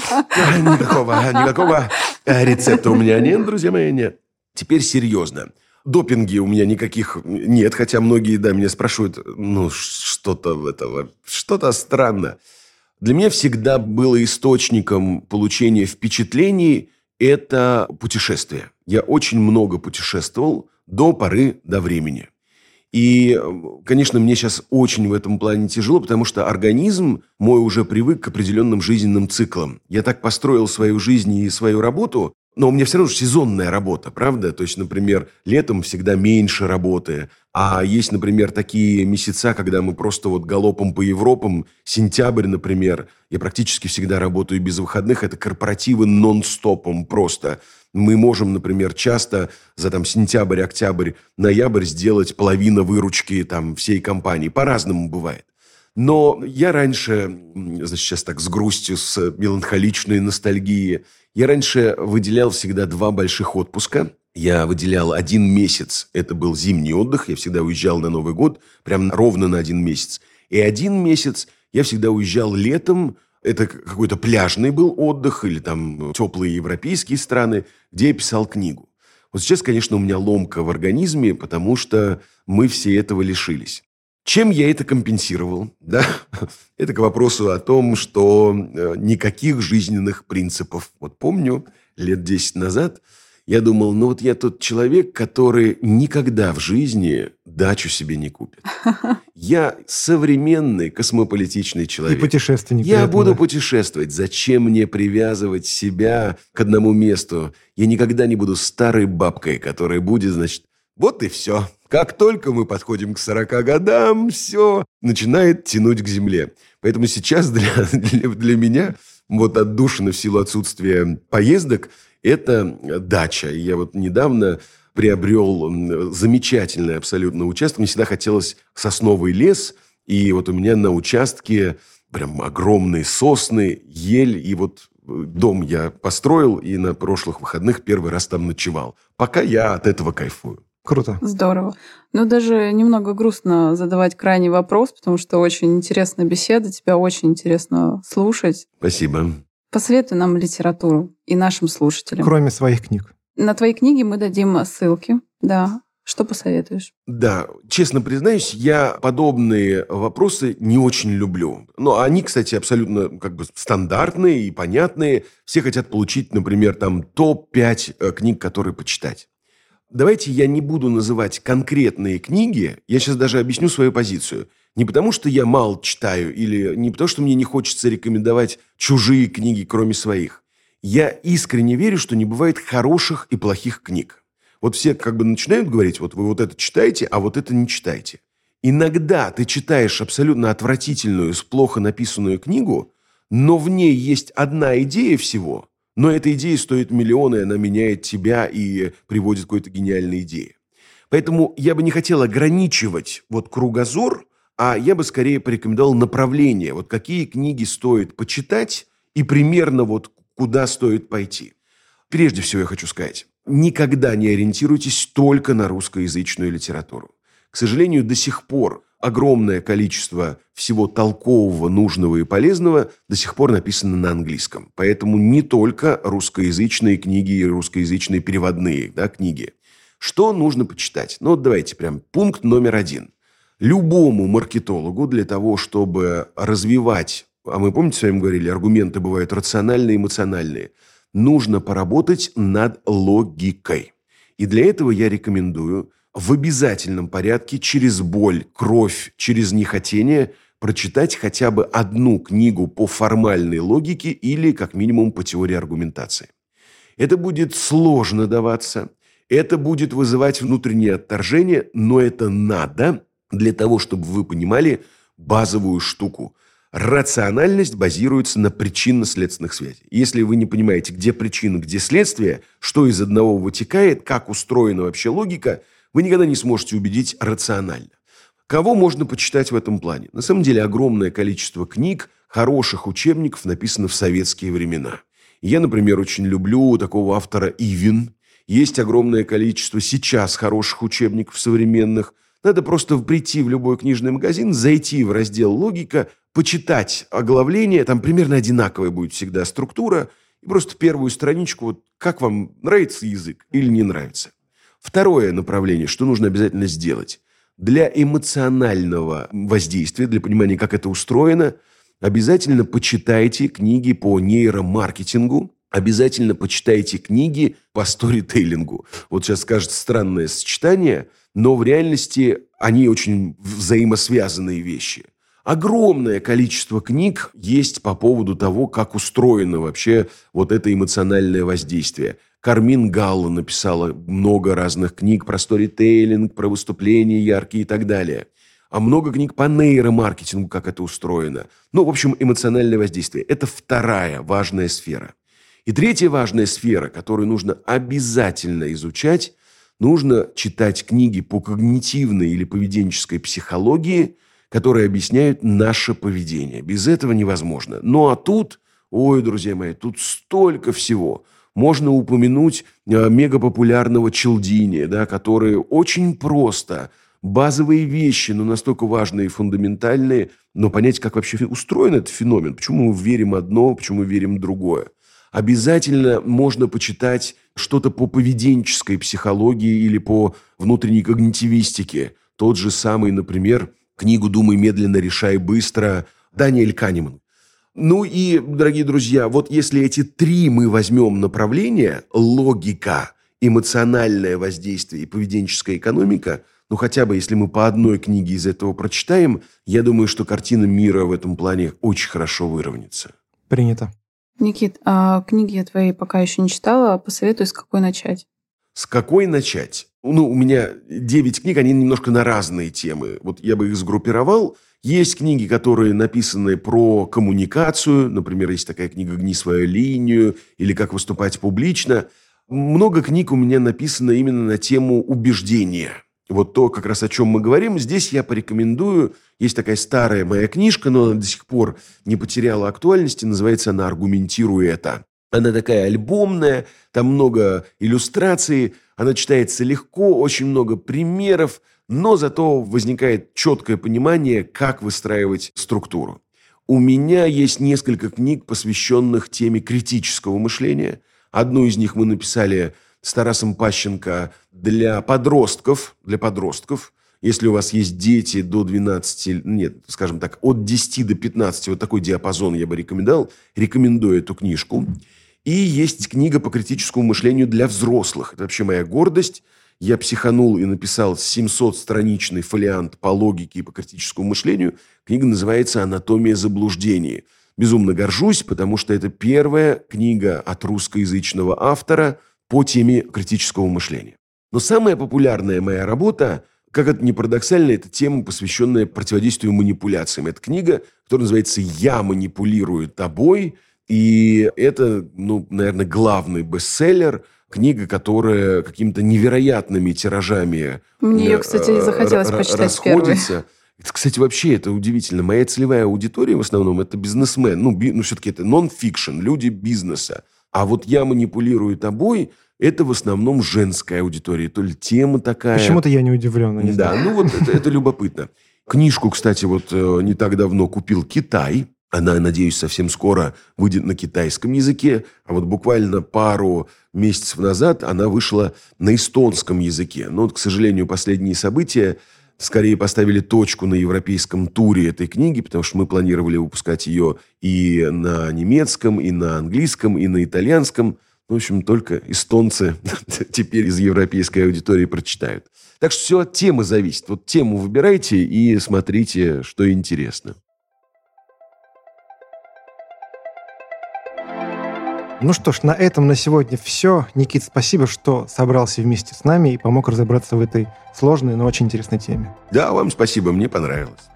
Никакого, никакого рецепта у меня нет, друзья мои, нет. Теперь серьезно. Допинги у меня никаких нет, хотя многие, да, меня спрашивают, ну, что-то этого, что-то странно. Для меня всегда было источником получения впечатлений это путешествие. Я очень много путешествовал до поры до времени. И, конечно, мне сейчас очень в этом плане тяжело, потому что организм мой уже привык к определенным жизненным циклам. Я так построил свою жизнь и свою работу, но у меня все равно сезонная работа, правда? То есть, например, летом всегда меньше работы, а есть, например, такие месяца, когда мы просто вот галопом по Европам, сентябрь, например, я практически всегда работаю без выходных, это корпоративы нон-стопом просто. Мы можем, например, часто за там, сентябрь, октябрь, ноябрь сделать половину выручки там, всей компании. По-разному бывает. Но я раньше, значит, сейчас так с грустью, с меланхоличной ностальгией, я раньше выделял всегда два больших отпуска. Я выделял один месяц, это был зимний отдых, я всегда уезжал на Новый год, прям ровно на один месяц. И один месяц я всегда уезжал летом, это какой-то пляжный был отдых или там теплые европейские страны, где я писал книгу. Вот сейчас, конечно, у меня ломка в организме, потому что мы все этого лишились. Чем я это компенсировал? Да? Это к вопросу о том, что никаких жизненных принципов. Вот помню, лет десять назад я думал, ну вот я тот человек, который никогда в жизни дачу себе не купит. Я современный космополитичный человек. И путешественник. Я этом, буду да. путешествовать. Зачем мне привязывать себя к одному месту? Я никогда не буду старой бабкой, которая будет, значит, вот и все. Как только мы подходим к сорока годам, все начинает тянуть к земле. Поэтому сейчас для, для, для меня вот отдушина в силу отсутствия поездок – это дача. И я вот недавно приобрел замечательный абсолютно участок. Мне всегда хотелось сосновый лес. И вот у меня на участке прям огромные сосны, ель. И вот дом я построил и на прошлых выходных первый раз там ночевал. Пока я от этого кайфую. Круто. Здорово. Но даже немного грустно задавать крайний вопрос, потому что очень интересная беседа, тебя очень интересно слушать. Спасибо. Посоветуй нам литературу и нашим слушателям. Кроме своих книг. На твои книги мы дадим ссылки. Да. Что посоветуешь? Да, честно признаюсь, я подобные вопросы не очень люблю. Но они, кстати, абсолютно как бы стандартные и понятные. Все хотят получить, например, там топ пять книг, которые почитать. Давайте я не буду называть конкретные книги. Я сейчас даже объясню свою позицию. Не потому, что я мало читаю, или не потому, что мне не хочется рекомендовать чужие книги, кроме своих. Я искренне верю, что не бывает хороших и плохих книг. Вот все как бы начинают говорить, вот вы вот это читаете, а вот это не читаете. Иногда ты читаешь абсолютно отвратительную, плохо написанную книгу, но в ней есть одна идея всего, но эта идея стоит миллионы, и она меняет тебя и приводит к какой-то гениальной идее. Поэтому я бы не хотел ограничивать вот кругозор, а я бы скорее порекомендовал направление. Вот какие книги стоит почитать и примерно вот куда стоит пойти. Прежде всего я хочу сказать, никогда не ориентируйтесь только на русскоязычную литературу. К сожалению, до сих пор огромное количество всего толкового, нужного и полезного до сих пор написано на английском. Поэтому не только русскоязычные книги и русскоязычные переводные, да, книги. Что нужно почитать? Ну, вот давайте прям пункт номер один. Любому маркетологу для того, чтобы развивать, а мы, помните, с вами говорили, аргументы бывают рациональные, эмоциональные. нужно поработать над логикой. И для этого я рекомендую в обязательном порядке через боль, кровь, через нехотение прочитать хотя бы одну книгу по формальной логике или, как минимум, по теории аргументации. Это будет сложно даваться, это будет вызывать внутреннее отторжение, но это надо для того, чтобы вы понимали базовую штуку. Рациональность базируется на причинно-следственных связях. Если вы не понимаете, где причина, где следствие, что из одного вытекает, как устроена вообще логика, вы никогда не сможете убедить рационально. Кого можно почитать в этом плане? На самом деле огромное количество книг, хороших учебников написано в советские времена. Я, например, очень люблю такого автора Ивин. Есть огромное количество сейчас хороших учебников современных. Надо просто прийти в любой книжный магазин, зайти в раздел «Логика», почитать оглавление, там примерно одинаковая будет всегда структура, и просто первую страничку, вот как вам нравится язык или не нравится. Второе направление, что нужно обязательно сделать. Для эмоционального воздействия, для понимания, как это устроено, обязательно почитайте книги по нейромаркетингу, обязательно почитайте книги по сторителлингу. Вот сейчас скажется странное сочетание, но в реальности они очень взаимосвязанные вещи. Огромное количество книг есть по поводу того, как устроено вообще вот это эмоциональное воздействие. Кармин Галла написала много разных книг про сторителлинг, про выступления яркие и так далее. А много книг по нейромаркетингу, как это устроено. Ну, в общем, эмоциональное воздействие. Это вторая важная сфера. И третья важная сфера, которую нужно обязательно изучать, нужно читать книги по когнитивной или поведенческой психологии, которые объясняют наше поведение. Без этого невозможно. Ну а тут, ой, друзья мои, тут столько всего. Можно упомянуть э, мегапопулярного Чалдини, да, который очень просто, базовые вещи, но настолько важные и фундаментальные, но понять, как вообще устроен этот феномен, почему мы верим одно, почему мы верим другое. Обязательно можно почитать что-то по поведенческой психологии или по внутренней когнитивистике. Тот же самый, например, книгу «Думай медленно, решай быстро» Даниэль Канеман. Ну и, дорогие друзья, вот если эти три мы возьмем направления – логика, эмоциональное воздействие и поведенческая экономика, ну хотя бы если мы по одной книге из этого прочитаем, я думаю, что картина мира в этом плане очень хорошо выровняется. Принято. Никит, а книги я твои пока еще не читала. Посоветуй, с какой начать? С какой начать? Ну, у меня девять книг, они немножко на разные темы. Вот я бы их сгруппировал. Есть книги, которые написаны про коммуникацию. Например, есть такая книга «Гни свою линию» или «Как выступать публично». Много книг у меня написано именно на тему убеждения. Вот то, как раз о чем мы говорим. Здесь я порекомендую. Есть такая старая моя книжка, но она до сих пор не потеряла актуальности. Называется она «Аргументируй это». Она такая альбомная, там много иллюстраций, она читается легко, очень много примеров, но зато возникает четкое понимание, как выстраивать структуру. У меня есть несколько книг, посвященных теме критического мышления. Одну из них мы написали с Тарасом Пащенко для подростков, для подростков. Если у вас есть дети до двенадцати, нет, скажем так, от десяти до пятнадцати, вот такой диапазон я бы рекомендовал, рекомендую эту книжку. И есть книга по критическому мышлению для взрослых. Это вообще моя гордость. Я психанул и написал семисотстраничный фолиант по логике и по критическому мышлению. Книга называется «Анатомия заблуждений». Безумно горжусь, потому что это первая книга от русскоязычного автора по теме критического мышления. Но самая популярная моя работа, как это ни парадоксально, это тема, посвященная противодействию манипуляциям. Это книга, которая называется «Я манипулирую тобой». И это, ну, наверное, главный бестселлер, книга, которая какими-то невероятными тиражами Мне ее, кстати, захотелось почитать расходится. первой. Это, кстати, вообще это удивительно. Моя целевая аудитория в основном это бизнесмен. Ну, би, ну все-таки это нон-фикшн, люди бизнеса. А вот «Я манипулирую тобой» – это в основном женская аудитория. То ли тема такая. Почему-то я не удивлен. Не да, знаю. ну вот это, это любопытно. Книжку, кстати, вот не так давно купил «Китай». Она, надеюсь, совсем скоро выйдет на китайском языке, а вот буквально пару месяцев назад она вышла на эстонском языке. Но, вот, к сожалению, последние события скорее поставили точку на европейском туре этой книги, потому что мы планировали выпускать ее и на немецком, и на английском, и на итальянском. В общем, только эстонцы теперь из европейской аудитории прочитают. Так что все от темы зависит. Вот тему выбирайте и смотрите, что интересно. Ну что ж, на этом на сегодня все. Никит, спасибо, что собрался вместе с нами и помог разобраться в этой сложной, но очень интересной теме. Да, вам спасибо, мне понравилось.